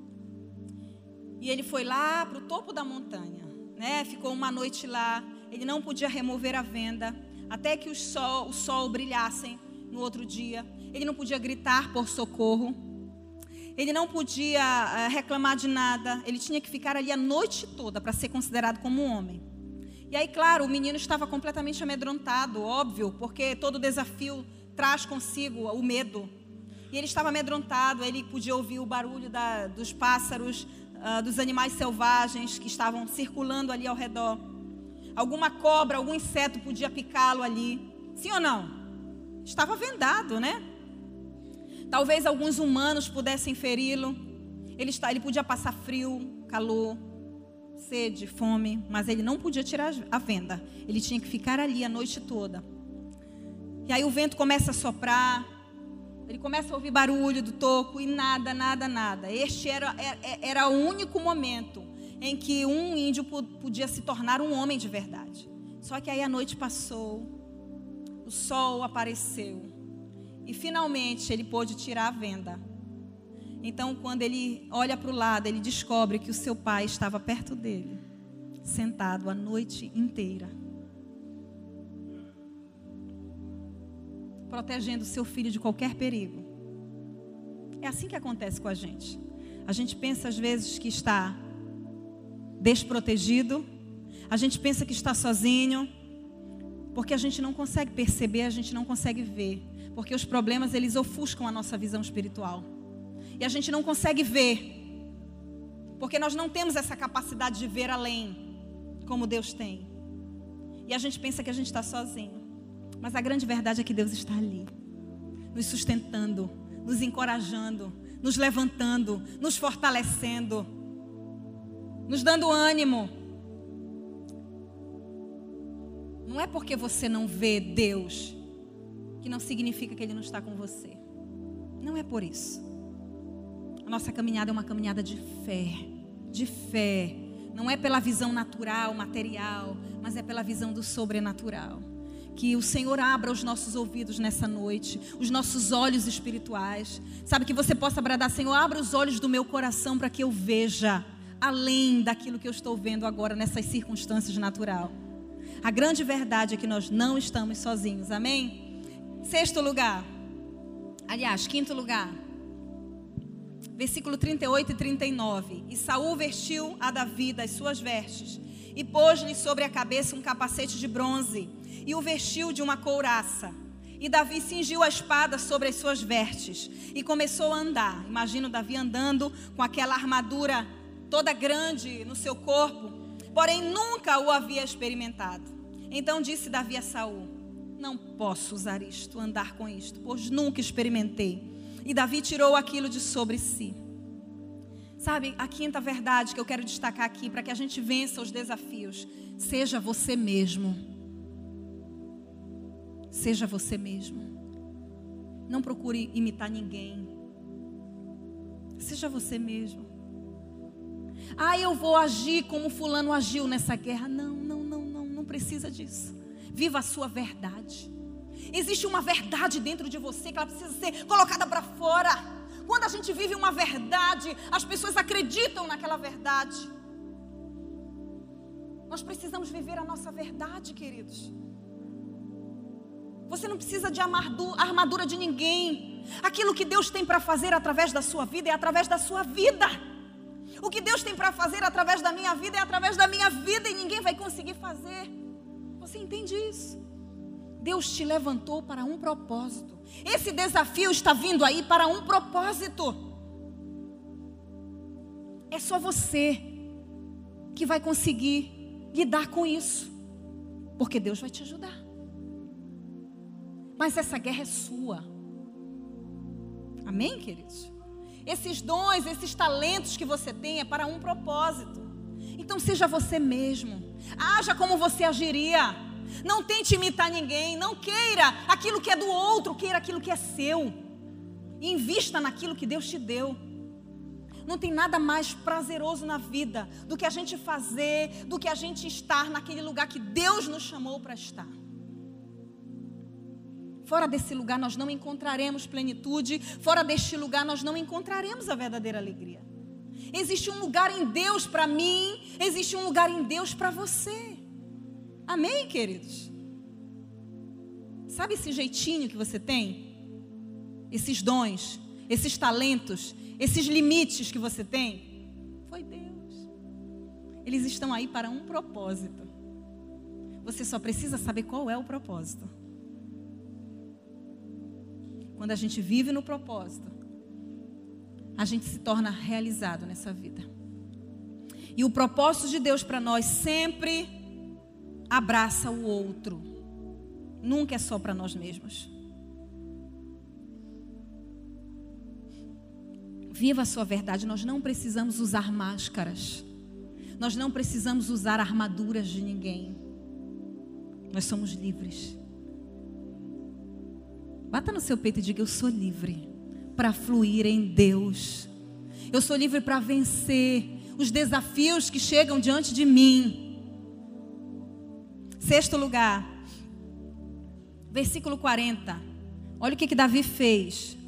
E ele foi lá para o topo da montanha, né? Ficou uma noite lá, ele não podia remover a venda, até que o sol brilhasse no outro dia. Ele não podia gritar por socorro, ele não podia reclamar de nada, ele tinha que ficar ali a noite toda para ser considerado como um homem. E aí, claro, o menino estava completamente amedrontado, óbvio, porque todo desafio traz consigo o medo. E ele estava amedrontado, ele podia ouvir o barulho dos pássaros, dos animais selvagens que estavam circulando ali ao redor. Alguma cobra, algum inseto podia picá-lo ali. Sim ou não? Estava vendado, né? Talvez alguns humanos pudessem feri-lo. Ele podia passar frio, calor, sede, fome, mas ele não podia tirar a venda. Ele tinha que ficar ali a noite toda. E aí o vento começa a soprar, ele começa a ouvir barulho do toco e nada. Este era o único momento em que um índio podia se tornar um homem de verdade. Só que aí a noite passou, o sol apareceu e finalmente ele pôde tirar a venda. Então, quando ele olha para o lado, ele descobre que o seu pai estava perto dele, sentado a noite inteira. protegendo o seu filho de qualquer perigo. É assim que acontece com a gente. A gente pensa às vezes que está desprotegido, a gente pensa que está sozinho, porque a gente não consegue perceber, a gente não consegue ver, porque os problemas eles ofuscam a nossa visão espiritual. E a gente não consegue ver, porque nós não temos essa capacidade de ver além, como Deus tem. E a gente pensa que a gente está sozinho. Mas a grande verdade é que Deus está ali, nos sustentando, nos encorajando, nos levantando, nos fortalecendo, nos dando ânimo. Não é porque você não vê Deus que não significa que Ele não está com você. Não é por isso. A nossa caminhada é uma caminhada de fé. De fé. Não é pela visão natural, material, mas é pela visão do sobrenatural. Que o Senhor abra os nossos ouvidos nessa noite, os nossos olhos espirituais. Sabe, que você possa bradar: Senhor, abra os olhos do meu coração para que eu veja além daquilo que eu estou vendo agora nessas circunstâncias naturais. A grande verdade é que nós não estamos sozinhos, amém? Quinto lugar. Versículo 38 e 39. E Saul vestiu a Davi das suas vestes e pôs-lhe sobre a cabeça um capacete de bronze e o vestiu de uma couraça. E Davi cingiu a espada sobre as suas vestes e começou a andar. Imagina o Davi andando com aquela armadura toda grande no seu corpo, porém nunca o havia experimentado. Então disse Davi a Saul: não posso usar isto, andar com isto, pois nunca experimentei. E Davi tirou aquilo de sobre si. Sabe, a quinta verdade que eu quero destacar aqui, para que a gente vença os desafios: seja você mesmo. Seja você mesmo. Não procure imitar ninguém. Seja você mesmo. Eu vou agir como fulano agiu nessa guerra. Não precisa disso. Viva a sua verdade. Existe uma verdade dentro de você que ela precisa ser colocada para fora. Quando a gente vive uma verdade, as pessoas acreditam naquela verdade. Nós precisamos viver a nossa verdade, queridos. Você não precisa de armadura de ninguém. Aquilo que Deus tem para fazer através da sua vida é através da sua vida. O que Deus tem para fazer através da minha vida é através da minha vida, e ninguém vai conseguir fazer. Você entende isso? Deus te levantou para um propósito. Esse desafio está vindo aí para um propósito. É só você que vai conseguir lidar com isso, porque Deus vai te ajudar. Mas essa guerra é sua. Amém, queridos? Esses dons, esses talentos que você tem é para um propósito. Então seja você mesmo. Haja como você agiria. Não tente imitar ninguém. Não queira aquilo que é do outro. Queira aquilo que é seu. E invista naquilo que Deus te deu. Não tem nada mais prazeroso na vida do que a gente fazer, do que a gente estar naquele lugar que Deus nos chamou para estar. Fora desse lugar nós não encontraremos plenitude. Fora deste lugar nós não encontraremos a verdadeira alegria. Existe um lugar em Deus para mim. Existe um lugar em Deus para você. Amém, queridos? Sabe esse jeitinho que você tem? Esses dons, esses talentos, esses limites que você tem? Foi Deus. Eles estão aí para um propósito. Você só precisa saber qual é o propósito. Quando a gente vive no propósito, a gente se torna realizado nessa vida. E o propósito de Deus para nós sempre abraça o outro. Nunca é só para nós mesmos. Viva a sua verdade. Nós não precisamos usar máscaras. Nós não precisamos usar armaduras de ninguém. Nós somos livres. Bata no seu peito e diga: eu sou livre para fluir em Deus. Eu sou livre para vencer os desafios que chegam diante de mim. Sexto lugar, versículo 40. Olha o que Davi fez.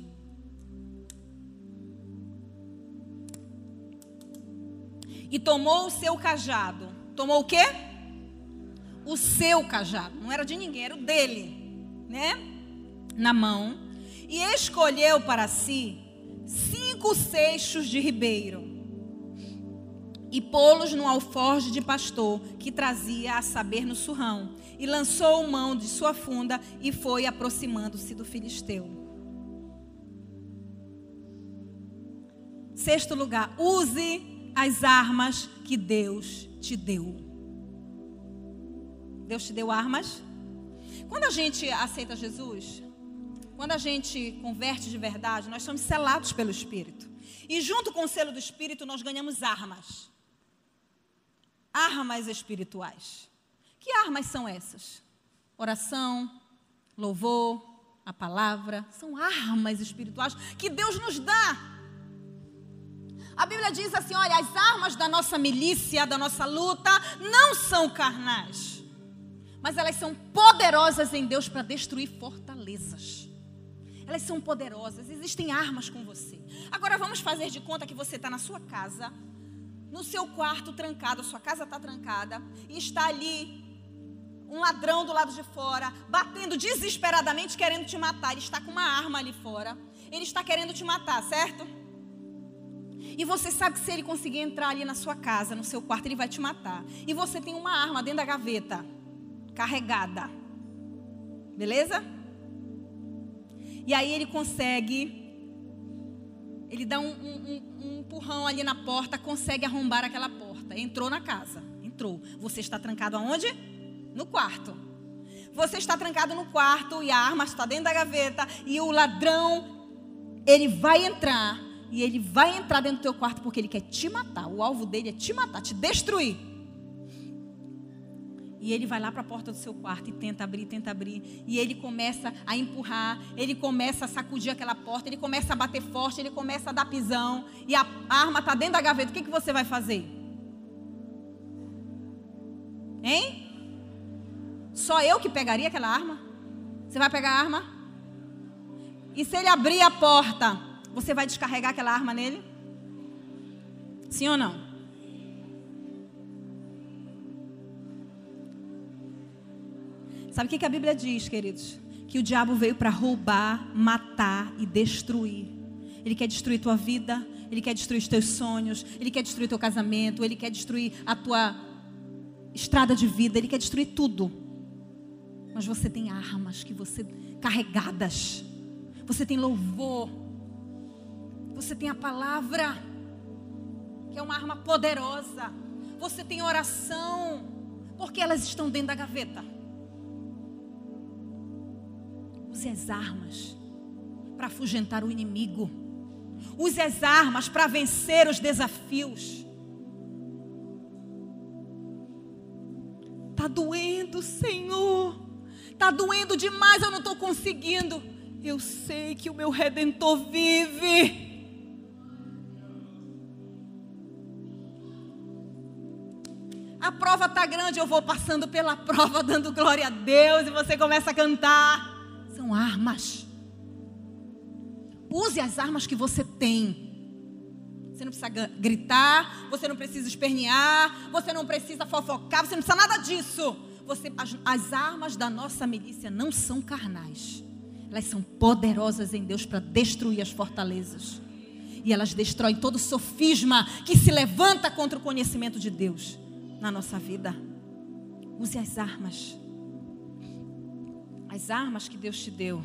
E tomou o seu cajado. Tomou o quê? O seu cajado. Não era de ninguém, era o dele, né? na mão e escolheu para si 5 seixos de ribeiro e pô-los no alforje de pastor que trazia, a saber, no surrão, e lançou mão de sua funda e foi aproximando-se do filisteu. 6º lugar, use as armas que Deus te deu. Deus te deu armas? Quando a gente aceita Jesus, quando a gente converte de verdade, nós somos selados pelo Espírito. E junto com o selo do Espírito, nós ganhamos armas. Armas espirituais. Que armas são essas? Oração, louvor, a palavra. São armas espirituais que Deus nos dá. A Bíblia diz assim, olha, as armas da nossa milícia, da nossa luta, não são carnais. Mas elas são poderosas em Deus para destruir fortalezas. Elas são poderosas, existem armas com você. Agora vamos fazer de conta que você está na sua casa, no seu quarto trancado, a sua casa está trancada, e está ali um ladrão do lado de fora, batendo desesperadamente, querendo te matar. Ele está com uma arma ali fora, ele está querendo te matar, certo? E você sabe que se ele conseguir entrar ali na sua casa, no seu quarto, ele vai te matar. E você tem uma arma dentro da gaveta, carregada. Beleza? E aí ele consegue, ele dá um empurrão ali na porta, consegue arrombar aquela porta. Entrou na casa, entrou. Você está trancado aonde? No quarto. Você está trancado no quarto e a arma está dentro da gaveta. E o ladrão, ele vai entrar. E ele vai entrar dentro do teu quarto porque ele quer te matar. O alvo dele é te matar, te destruir. E ele vai lá para a porta do seu quarto e tenta abrir. E ele começa a empurrar, ele começa a sacudir aquela porta, ele começa a bater forte, ele começa a dar pisão. E a arma está dentro da gaveta. O que você vai fazer? Hein? Só eu que pegaria aquela arma? Você vai pegar a arma? E se ele abrir a porta, você vai descarregar aquela arma nele? Sim ou não? Sabe o que a Bíblia diz, queridos? Que o diabo veio para roubar, matar e destruir. Ele quer destruir tua vida, ele quer destruir os teus sonhos, ele quer destruir teu casamento, ele quer destruir a tua estrada de vida, ele quer destruir tudo. Mas você tem armas que você carregadas. Você tem louvor. Você tem a palavra, que é uma arma poderosa. Você tem oração, porque elas estão dentro da gaveta. Use as armas para afugentar o inimigo. Use as armas para vencer os desafios. Está doendo, Senhor. Está doendo demais, eu não estou conseguindo. Eu sei que o meu Redentor vive. A prova está grande, eu vou passando pela prova, dando glória a Deus, e você começa a cantar. São armas. Use as armas que você tem. Você não precisa gritar, você não precisa espernear, você não precisa fofocar, você não precisa nada disso. As armas da nossa milícia não são carnais. Elas são poderosas em Deus para destruir as fortalezas. E elas destroem todo sofisma que se levanta contra o conhecimento de Deus na nossa vida. Use as armas. As armas que Deus te deu.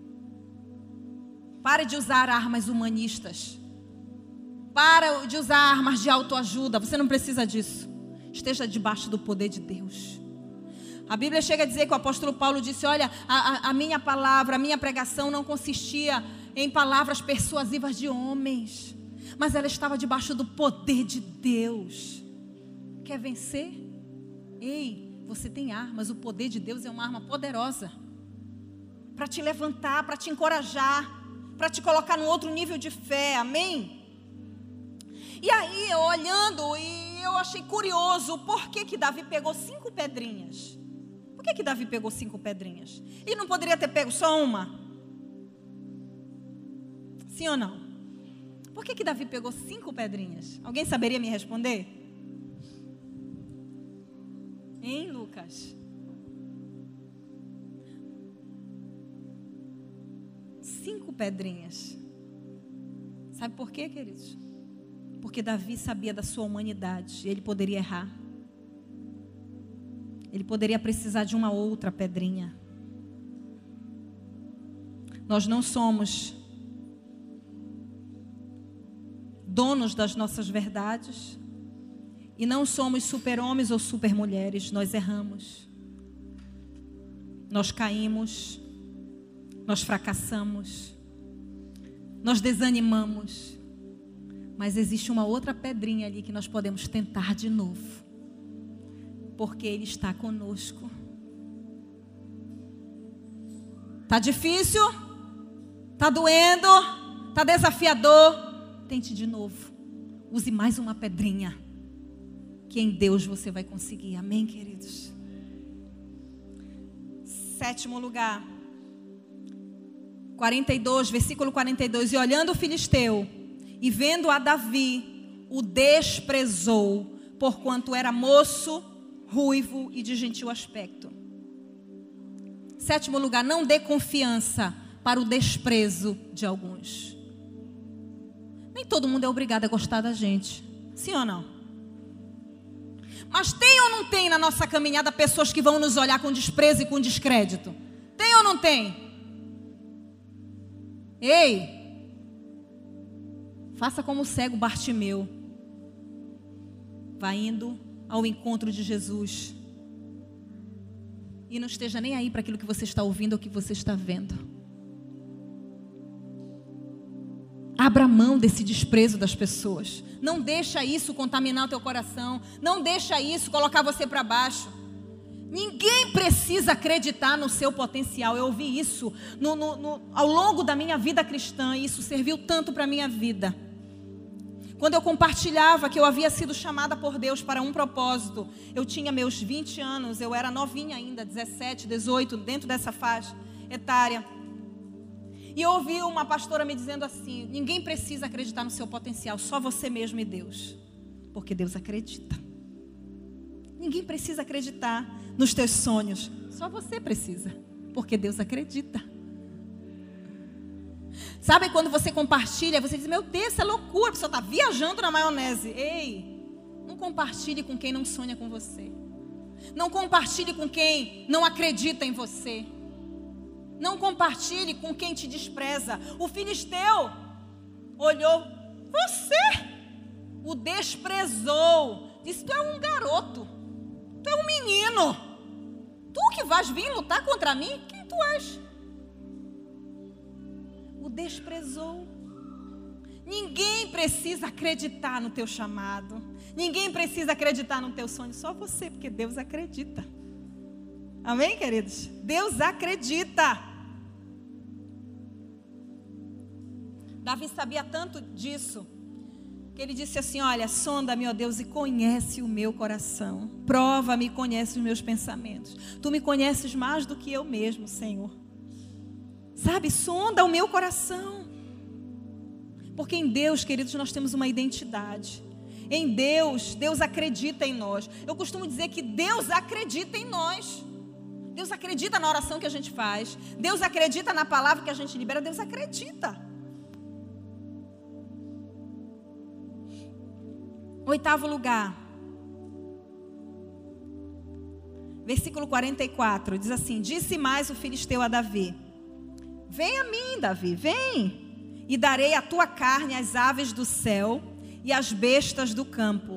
Pare de usar armas humanistas. Pare de usar armas de autoajuda. Você não precisa disso. Esteja debaixo do poder de Deus. A Bíblia chega a dizer que o apóstolo Paulo disse, olha, a minha palavra, a minha pregação não consistia em palavras persuasivas de homens, mas ela estava debaixo do poder de Deus. Quer vencer? Ei, você tem armas. O poder de Deus é uma arma poderosa para te levantar, para te encorajar, para te colocar num outro nível de fé, amém? E aí, eu olhando, e eu achei curioso, por que Davi pegou 5 pedrinhas? Por que Davi pegou 5 pedrinhas? Ele não poderia ter pego só uma? Sim ou não? Por que Davi pegou 5 pedrinhas? Alguém saberia me responder? Hein, Lucas? 5 pedrinhas. Sabe por quê, queridos? Porque Davi sabia da sua humanidade. Ele poderia errar. Ele poderia precisar de uma outra pedrinha. Nós não somos donos das nossas verdades. E não somos super-homens ou super-mulheres. Nós erramos. Nós caímos. Nós fracassamos. Nós desanimamos. Mas existe uma outra pedrinha ali que nós podemos tentar de novo. Porque Ele está conosco. Está difícil? Está doendo? Está desafiador? Tente de novo. Use mais uma pedrinha. Que em Deus você vai conseguir. Amém, queridos? 7º lugar. 42, versículo 42. E olhando o filisteu, e vendo a Davi, o desprezou, porquanto era moço, ruivo e de gentil aspecto. 7º lugar, não dê confiança para o desprezo de alguns. Nem todo mundo é obrigado a gostar da gente. Sim ou não? Mas tem ou não tem na nossa caminhada pessoas que vão nos olhar com desprezo e com descrédito? Tem ou não tem? Ei, faça como o cego Bartimeu. Vai indo ao encontro de Jesus. E não esteja nem aí para aquilo que você está ouvindo ou que você está vendo. Abra mão desse desprezo das pessoas. Não deixa isso contaminar o teu coração. Não deixa isso colocar você para baixo. Ninguém precisa acreditar no seu potencial. Eu ouvi isso ao longo da minha vida cristã. E isso serviu tanto para a minha vida. Quando eu compartilhava que eu havia sido chamada por Deus para um propósito. Eu tinha meus 20 anos. Eu era novinha ainda, 17, 18, dentro dessa faixa etária. E eu ouvi uma pastora me dizendo assim: ninguém precisa acreditar no seu potencial, só você mesmo e Deus. Porque Deus acredita. Ninguém precisa acreditar nos teus sonhos, só você precisa, porque Deus acredita. Sabe quando você compartilha, você diz: meu Deus, isso é loucura, a pessoa está viajando na maionese. Ei, não compartilhe com quem não sonha com você. Não compartilhe com quem não acredita em você. Não compartilhe com quem te despreza. O filisteu olhou, você o desprezou. Disse: tu é um garoto, tu é um menino, tu que vais vir lutar contra mim? Quem tu és? O desprezou. Ninguém precisa acreditar no teu chamado. Ninguém precisa acreditar no teu sonho. Só você, porque Deus acredita. Amém, queridos? Deus acredita. Davi sabia tanto disso, que ele disse assim: olha, sonda-me, ó Deus, e conhece o meu coração. Prova-me e conhece os meus pensamentos. Tu me conheces mais do que eu mesmo, Senhor. Sabe, sonda o meu coração. Porque em Deus, queridos, nós temos uma identidade. Em Deus, Deus acredita em nós. Eu costumo dizer que Deus acredita em nós. Deus acredita na oração que a gente faz. Deus acredita na palavra que a gente libera. Deus acredita. 8º lugar. Versículo 44. Diz assim: disse mais o filisteu a Davi: vem a mim, Davi, vem, e darei a tua carne às aves do céu e às bestas do campo.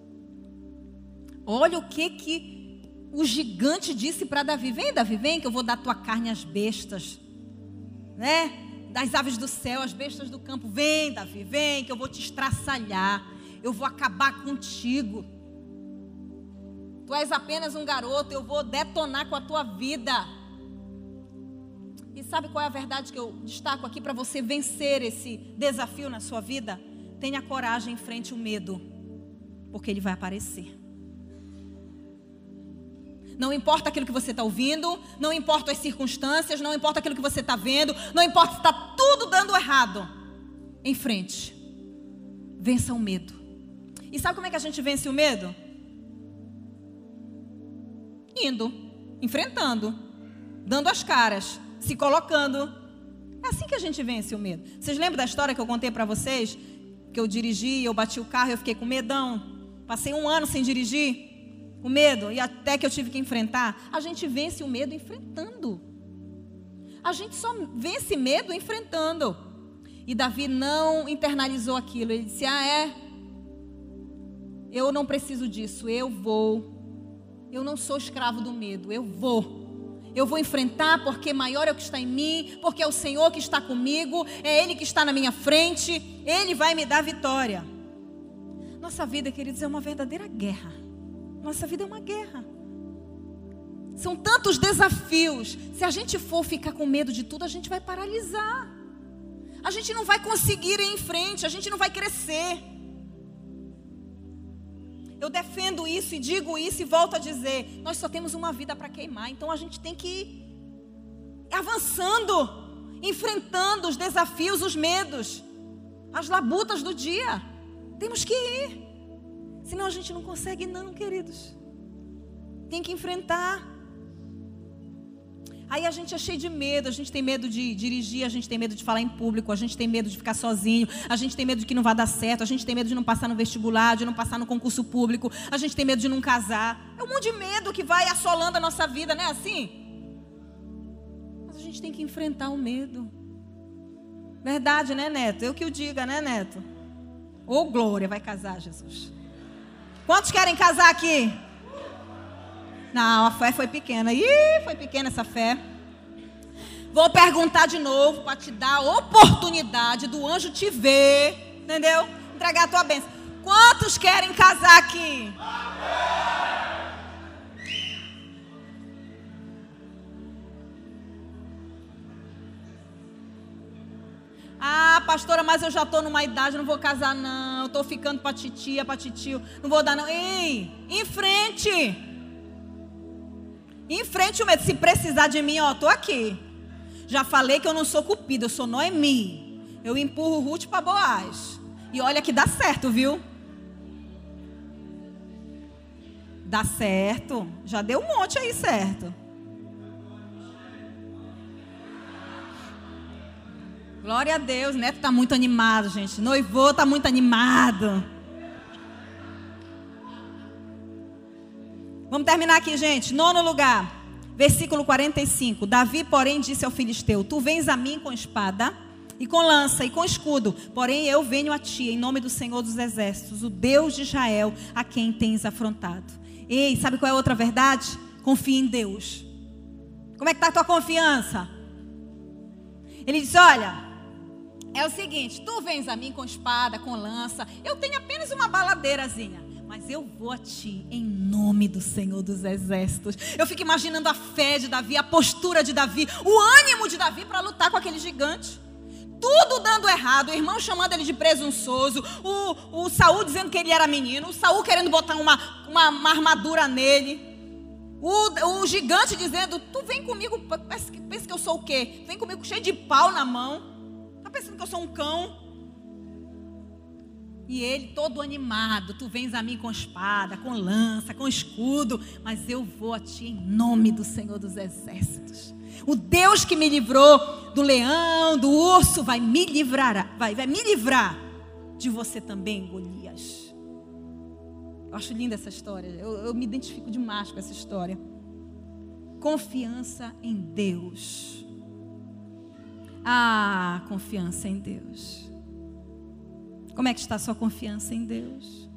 Olha o que o gigante disse para Davi: vem, Davi, vem, que eu vou dar a tua carne às bestas, né? Das aves do céu, às bestas do campo. Vem, Davi, vem, que eu vou te estraçalhar. Eu vou acabar contigo. Tu és apenas um garoto, eu vou detonar com a tua vida. E sabe qual é a verdade que eu destaco aqui para você vencer esse desafio na sua vida? Tenha coragem em frente ao medo, porque ele vai aparecer. Não importa aquilo que você está ouvindo, não importa as circunstâncias, não importa aquilo que você está vendo, não importa se está tudo dando errado. Em frente. Vença o medo. E sabe como é que a gente vence o medo? Indo, enfrentando, dando as caras, se colocando. É assim que a gente vence o medo. Vocês lembram da história que eu contei para vocês? Que eu dirigi, eu bati o carro, eu fiquei com medão. Passei 1 ano sem dirigir, com medo, e até que eu tive que enfrentar. A gente vence o medo enfrentando. A gente só vence medo enfrentando. E Davi não internalizou aquilo. Ele disse, eu não preciso disso, eu vou. Eu não sou escravo do medo, eu vou enfrentar, porque maior é o que está em mim, porque é o Senhor que está comigo, é Ele que está na minha frente, Ele vai me dar vitória. Nossa vida, queridos, é uma verdadeira guerra. Nossa vida é uma guerra. São tantos desafios. Se a gente for ficar com medo de tudo, a gente vai paralisar. A gente não vai conseguir ir em frente, a gente não vai crescer. Eu defendo isso e digo isso e volto a dizer, nós só temos uma vida para queimar, então a gente tem que ir avançando, enfrentando os desafios, os medos, as labutas do dia. Temos que ir, senão a gente não consegue não, queridos. Tem que enfrentar. Aí a gente é cheio de medo, a gente tem medo de dirigir, a gente tem medo de falar em público, a gente tem medo de ficar sozinho, a gente tem medo de que não vai dar certo, a gente tem medo de não passar no vestibular, de não passar no concurso público, a gente tem medo de não casar. É um monte de medo que vai assolando a nossa vida, não é assim? Mas a gente tem que enfrentar o medo. Verdade, né, Neto? Eu que o diga, né, Neto? Ô, glória, vai casar, Jesus. Quantos querem casar aqui? Não, a fé foi pequena. Ih, foi pequena essa fé. Vou perguntar de novo para te dar a oportunidade do anjo te ver, entendeu? Entregar a tua bênção. Quantos querem casar aqui? Ah, pastora, mas eu já estou numa idade, não vou casar não. Eu estou ficando para titia, para titio. Não vou dar não. Ei, em frente. Enfrente o medo. Se precisar de mim, estou aqui. Já falei que eu não sou Cupido, eu sou Noemi. Eu empurro Ruth para Boaz. E olha que dá certo, viu? Dá certo. Já deu um monte aí certo. Glória a Deus. Neto está muito animado, gente. Noivô está muito animado. Vamos terminar aqui, gente. 9º lugar, versículo 45. Davi, porém, disse ao filisteu: Tu vens a mim com espada e com lança e com escudo, porém eu venho a ti em nome do Senhor dos Exércitos, o Deus de Israel, a quem tens afrontado. Ei, sabe qual é a outra verdade? Confia em Deus. Como é que está a tua confiança? Ele disse: olha, é o seguinte, tu vens a mim com espada, com lança, eu tenho apenas uma baladeirazinha, mas eu vou a ti em nome do Senhor dos Exércitos. Eu fico imaginando a fé de Davi, a postura de Davi, o ânimo de Davi para lutar com aquele gigante. Tudo dando errado, o irmão chamando ele de presunçoso, o Saul dizendo que ele era menino, o Saul querendo botar uma armadura nele, o gigante dizendo: tu vem comigo, pensa que eu sou o quê? Vem comigo cheio de pau na mão, tá pensando que eu sou um cão? E ele todo animado: tu vens a mim com espada, com lança, com escudo, mas eu vou a ti em nome do Senhor dos Exércitos. O Deus que me livrou do leão, do urso, vai me livrar de você também, Golias. Eu acho linda essa história. Eu me identifico demais com essa história. Confiança em Deus. Ah, confiança em Deus. Como é que está a sua confiança em Deus?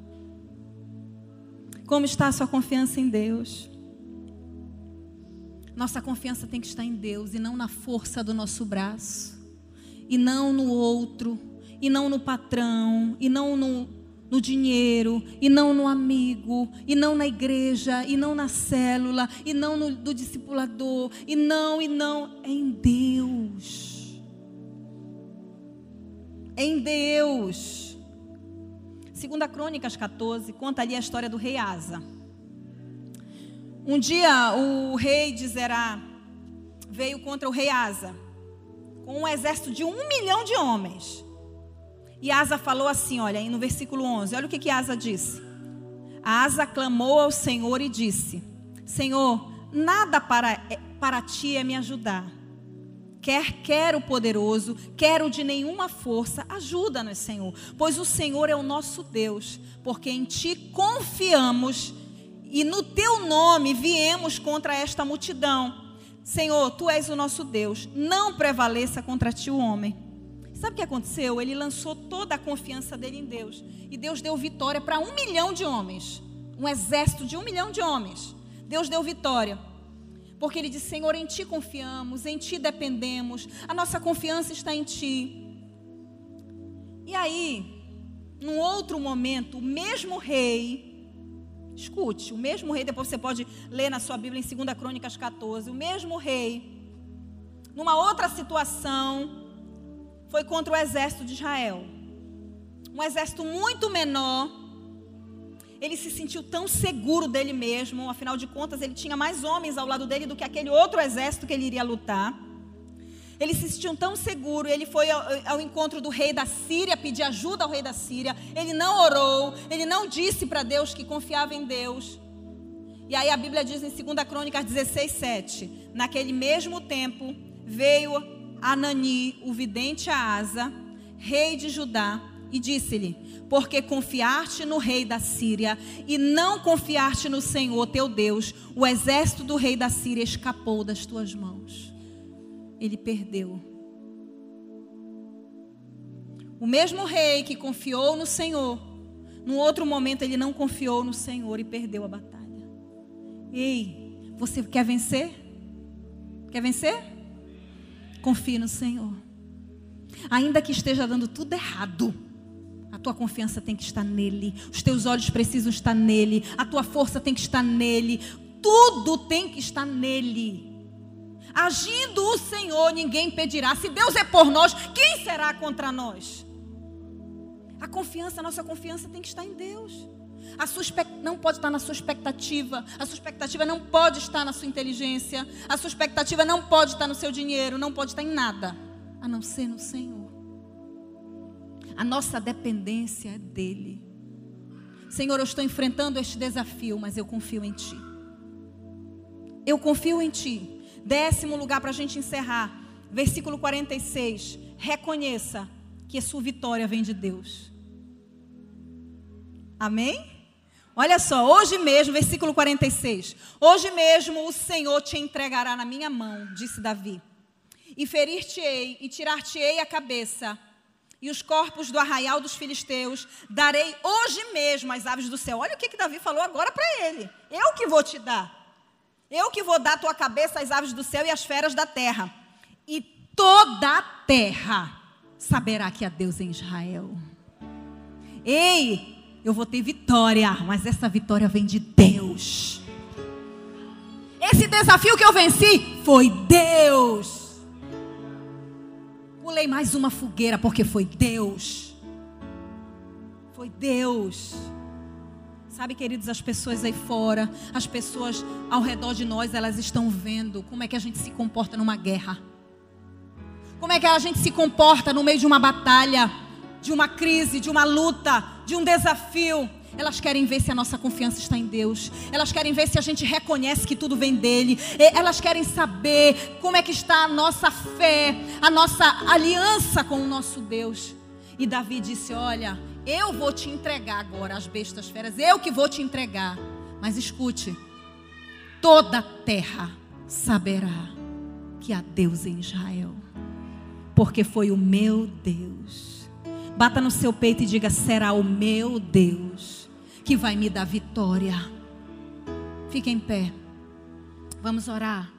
Como está a sua confiança em Deus? Nossa confiança tem que estar em Deus e não na força do nosso braço, e não no outro, e não no patrão, e não no dinheiro, e não no amigo, e não na igreja, e não na célula, e não no discipulador, e não, é em Deus. É em Deus. 2 Crônicas 14 conta ali a história do rei Asa. Um dia o rei de Zerá veio contra o rei Asa, com um exército de 1 milhão de homens. E Asa falou assim, olha aí no versículo 11, olha o que Asa disse. Asa clamou ao Senhor e disse: Senhor, nada para ti é me ajudar. quer o poderoso, quer o de nenhuma força, ajuda-nos, Senhor, pois o Senhor é o nosso Deus, porque em Ti confiamos e no Teu nome viemos contra esta multidão. Senhor, Tu és o nosso Deus, não prevaleça contra Ti o homem. Sabe o que aconteceu? Ele lançou toda a confiança dele em Deus, e Deus deu vitória para 1 milhão de homens, um exército de 1 milhão de homens. Deus deu vitória, porque ele disse: Senhor, em Ti confiamos, em Ti dependemos, a nossa confiança está em Ti. E aí, num outro momento, o mesmo rei, escute, o mesmo rei, depois você pode ler na sua Bíblia em 2 Crônicas 14, o mesmo rei, numa outra situação, foi contra o exército de Israel, um exército muito menor. Ele se sentiu tão seguro dele mesmo, afinal de contas ele tinha mais homens ao lado dele do que aquele outro exército que ele iria lutar. Ele se sentiu tão seguro, ele foi ao encontro do rei da Síria, pedir ajuda ao rei da Síria. Ele não orou, ele não disse para Deus que confiava em Deus. E aí a Bíblia diz em 2 Crônicas 16:7, naquele mesmo tempo veio Anani, o vidente Aasa, rei de Judá, e disse-lhe: porque confiaste no rei da Síria e não confiaste no Senhor teu Deus, o exército do rei da Síria escapou das tuas mãos. Ele perdeu. O mesmo rei que confiou no Senhor, num outro momento ele não confiou no Senhor e perdeu a batalha. Ei, você quer vencer? Quer vencer? Confie no Senhor. Ainda que esteja dando tudo errado, a tua confiança tem que estar nele. Os teus olhos precisam estar nele. A tua força tem que estar nele. Tudo tem que estar nele. Agindo o Senhor, ninguém impedirá. Se Deus é por nós, quem será contra nós? A nossa confiança tem que estar em Deus. Não pode estar na sua expectativa. A sua expectativa não pode estar na sua inteligência. A sua expectativa não pode estar no seu dinheiro. Não pode estar em nada, a não ser no Senhor. A nossa dependência é dele. Senhor, eu estou enfrentando este desafio, mas eu confio em Ti. Eu confio em Ti. 10º lugar para a gente encerrar. Versículo 46. Reconheça que a sua vitória vem de Deus. Amém? Olha só, hoje mesmo, versículo 46. Hoje mesmo o Senhor te entregará na minha mão, disse Davi. E ferir-te-ei e tirar-te-ei a cabeça. E os corpos do arraial dos filisteus darei hoje mesmo às aves do céu. Olha o que Davi falou agora para ele. Eu que vou te dar. Eu que vou dar a tua cabeça às aves do céu e às feras da terra. E toda a terra saberá que há Deus em Israel. Ei, eu vou ter vitória, mas essa vitória vem de Deus. Esse desafio que eu venci foi Deus. Pulei mais uma fogueira porque foi Deus. Foi Deus. Sabe, queridos, as pessoas aí fora, as pessoas ao redor de nós, elas estão vendo como é que a gente se comporta numa guerra. Como é que a gente se comporta no meio de uma batalha, de uma crise, de uma luta, de um desafio. Elas querem ver se a nossa confiança está em Deus. Elas querem ver se a gente reconhece que tudo vem dele. Elas querem saber como é que está a nossa fé, a nossa aliança com o nosso Deus. E Davi disse: olha, eu vou te entregar agora as bestas feras, eu que vou te entregar. Mas escute, toda a terra saberá que há Deus em Israel, porque foi o meu Deus. Bata no seu peito e diga: será o meu Deus que vai me dar vitória. Fique em pé, vamos orar.